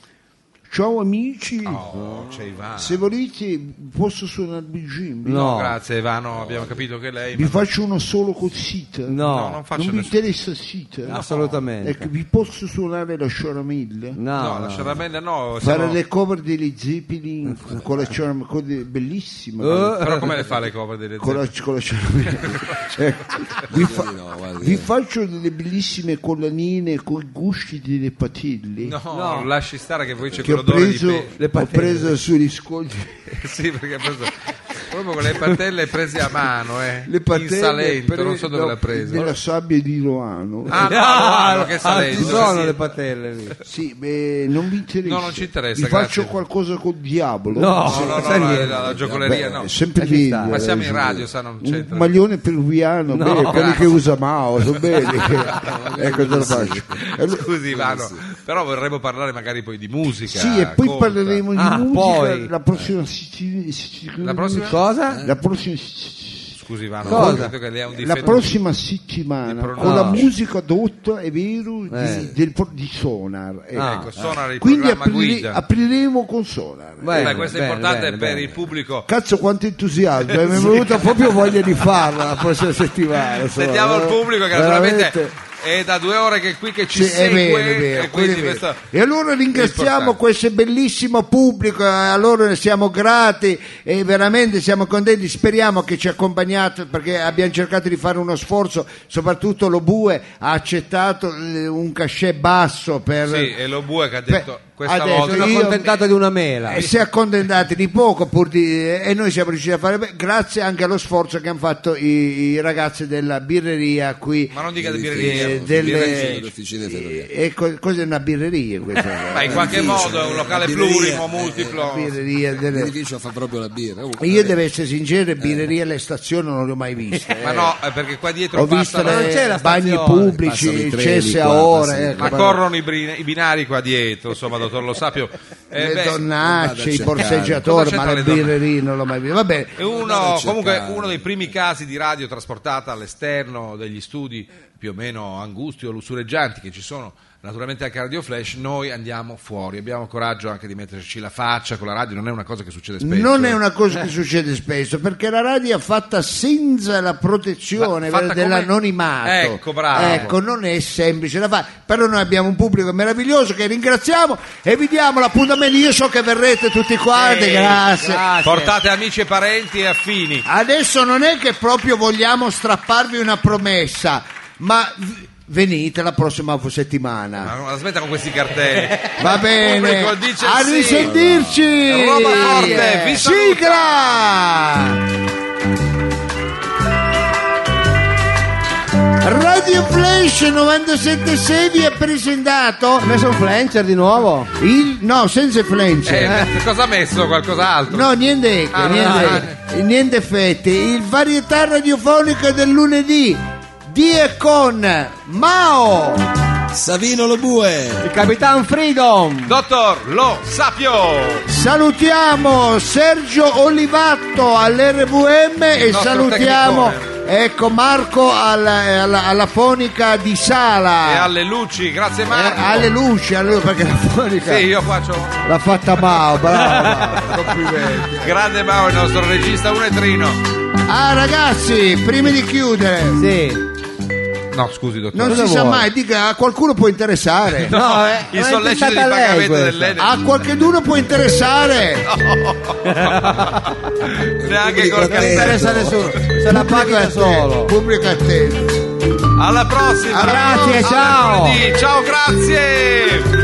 Ciao amici, Oh, c'è Ivano. se volete posso suonare il gimbi? No. Grazie Ivano, abbiamo capito che lei... Vi faccio una solo cosita. No, non No, faccio Non vi nessuno. interessa sita? assolutamente. Ecco, vi posso suonare la sciaramella? No, No, la no. sciaramella no. Fare siamo- le cover degli Zeppelin con la sciaramella, bellissima. Però come le fa le cover delle Con la, zeppe? con la sciaramella. Ecco, vi, fa- No, guardi. vi faccio delle bellissime collanine con i gusci delle patelle. No, lasci stare che poi c'è Che ho quell'odore preso, di ho preso sui riscontri sì, perché ha preso proprio con le patelle prese a mano, le patelle in Salento, non so dove no, l'ha presa. nella sabbia di Roano. Ah, no, che ci Salento. sono sì. le patelle lì. Sì, beh, non vi interessa. No, non ci interessa, Vi grazie. faccio qualcosa col diavolo. No, No, no, sai no, niente. la giocoleria no. È sempre ci lì. sta. Ma siamo in radio, sa, non Un c'entra. maglione peruviano, No, beh, quelli grazie. che usa Mao, sono belli. Ecco, te lo faccio. Scusi Ivano, però vorremmo parlare magari poi di musica. Sì, e poi colta. parleremo di Ah, musica poi. la prossima La prossima? Cosa? La prossima Scusi Ivano, Cosa? credo che lei ha un La difetto. prossima di settimana pronuncia. con la No. musica dotta, è vero, Eh. di Sonar. ecco. Ah. Ecco, Sonar il Quindi programma guida. apriremo con Sonar. Bene, Questo è bene, importante bene, per bene. il pubblico. Cazzo quanto entusiasmo, mi è venuta proprio voglia di farla la prossima settimana. insomma, Sentiamo il no? pubblico che Veramente. naturalmente è da 2 ore che è qui che ci Sì, è segue vero, è vero, e quindi quello è vero. questo E allora ringraziamo importante. questo bellissimo pubblico, a loro ne siamo grati e veramente siamo contenti, speriamo che ci accompagnate perché abbiamo cercato di fare uno sforzo, soprattutto lo Bue ha accettato un cachet basso per... sì, e lo Bue che ha detto questa Adesso volta. Sono accontentato di una mela. E si è accontentati di poco e noi siamo riusciti a fare grazie anche allo sforzo che hanno fatto i ragazzi della birreria qui. Ma non dica di birreria, dell'officina ferroviaria. Cos'è una birreria questa? Ma in qualche modo è un locale plurimo, multiplo. Birreria L'edificio fa proprio la birra. Io devo essere sincero, birrerie alle stazioni non le ho mai viste. Ma no, perché qua dietro Ho visto passano, non c'è la bagni stazione. pubblici, Passano i treni cesse a qua, ore. passano- ma corrono i binari qua dietro, insomma, dottor Lo Sapio. Le Beh, donnacce, i cercare. borseggiatori, Cosa ma c'entra le le donne? birrerie non l'ho mai visto. Vabbè, è Andate a comunque cercare. uno dei primi casi di radio trasportata all'esterno degli studi più o meno angusti o lussureggianti che ci sono naturalmente anche a Radio Flash. Noi andiamo fuori, abbiamo coraggio anche di metterci la faccia con la radio, non è una cosa che succede spesso. non è una cosa che succede spesso perché la radio è fatta senza la protezione Fatta come- dell'anonimato. Ecco, bravo. Ecco, non è semplice da fare. Però noi abbiamo un pubblico meraviglioso che ringraziamo e vi diamo l'appuntamento. Io so che verrete tutti quanti, grazie. Portate amici e parenti e affini. Adesso non è che proprio vogliamo strapparvi una promessa, ma venite la prossima settimana. Ma non la smetta con questi cartelli. Va bene, pubblico dice a sì. risentirci. Roba forte, vi sigla. Radio Flash 97.6 vi è presentato Ha messo un flancher di nuovo? no, senza flancher. Cosa ha messo? Qualcos'altro? No, niente, niente effetti. Il varietà radiofonico del lunedì di e con Mao, Savino Lobue. Il Capitan Freedom. Dottor Lo Sapio. salutiamo Sergio Olivatto all'RVM e nostro salutiamo tecnicone. ecco Marco alla fonica di Sala E alle luci, grazie Marco. alle luci perché la fonica Sì, io faccio. l'ha fatta Mao, bravo, complimenti. Grande Mao, il nostro regista unetrino. Ragazzi, prima di chiudere, Sì. No, scusi, dottore. non Cosa si sa vuole? mai, dica, a qualcuno può interessare. No, Il non è sollecito di intentata lei pagamento questa. dell'Enel. A qualcheduno può interessare. Neanche col Pubblico cartello. interessa a nessuno, se la paghi da solo. Pubblico attento. Alla prossima. Grazie, Alla ciao. lunedì. Ciao, grazie.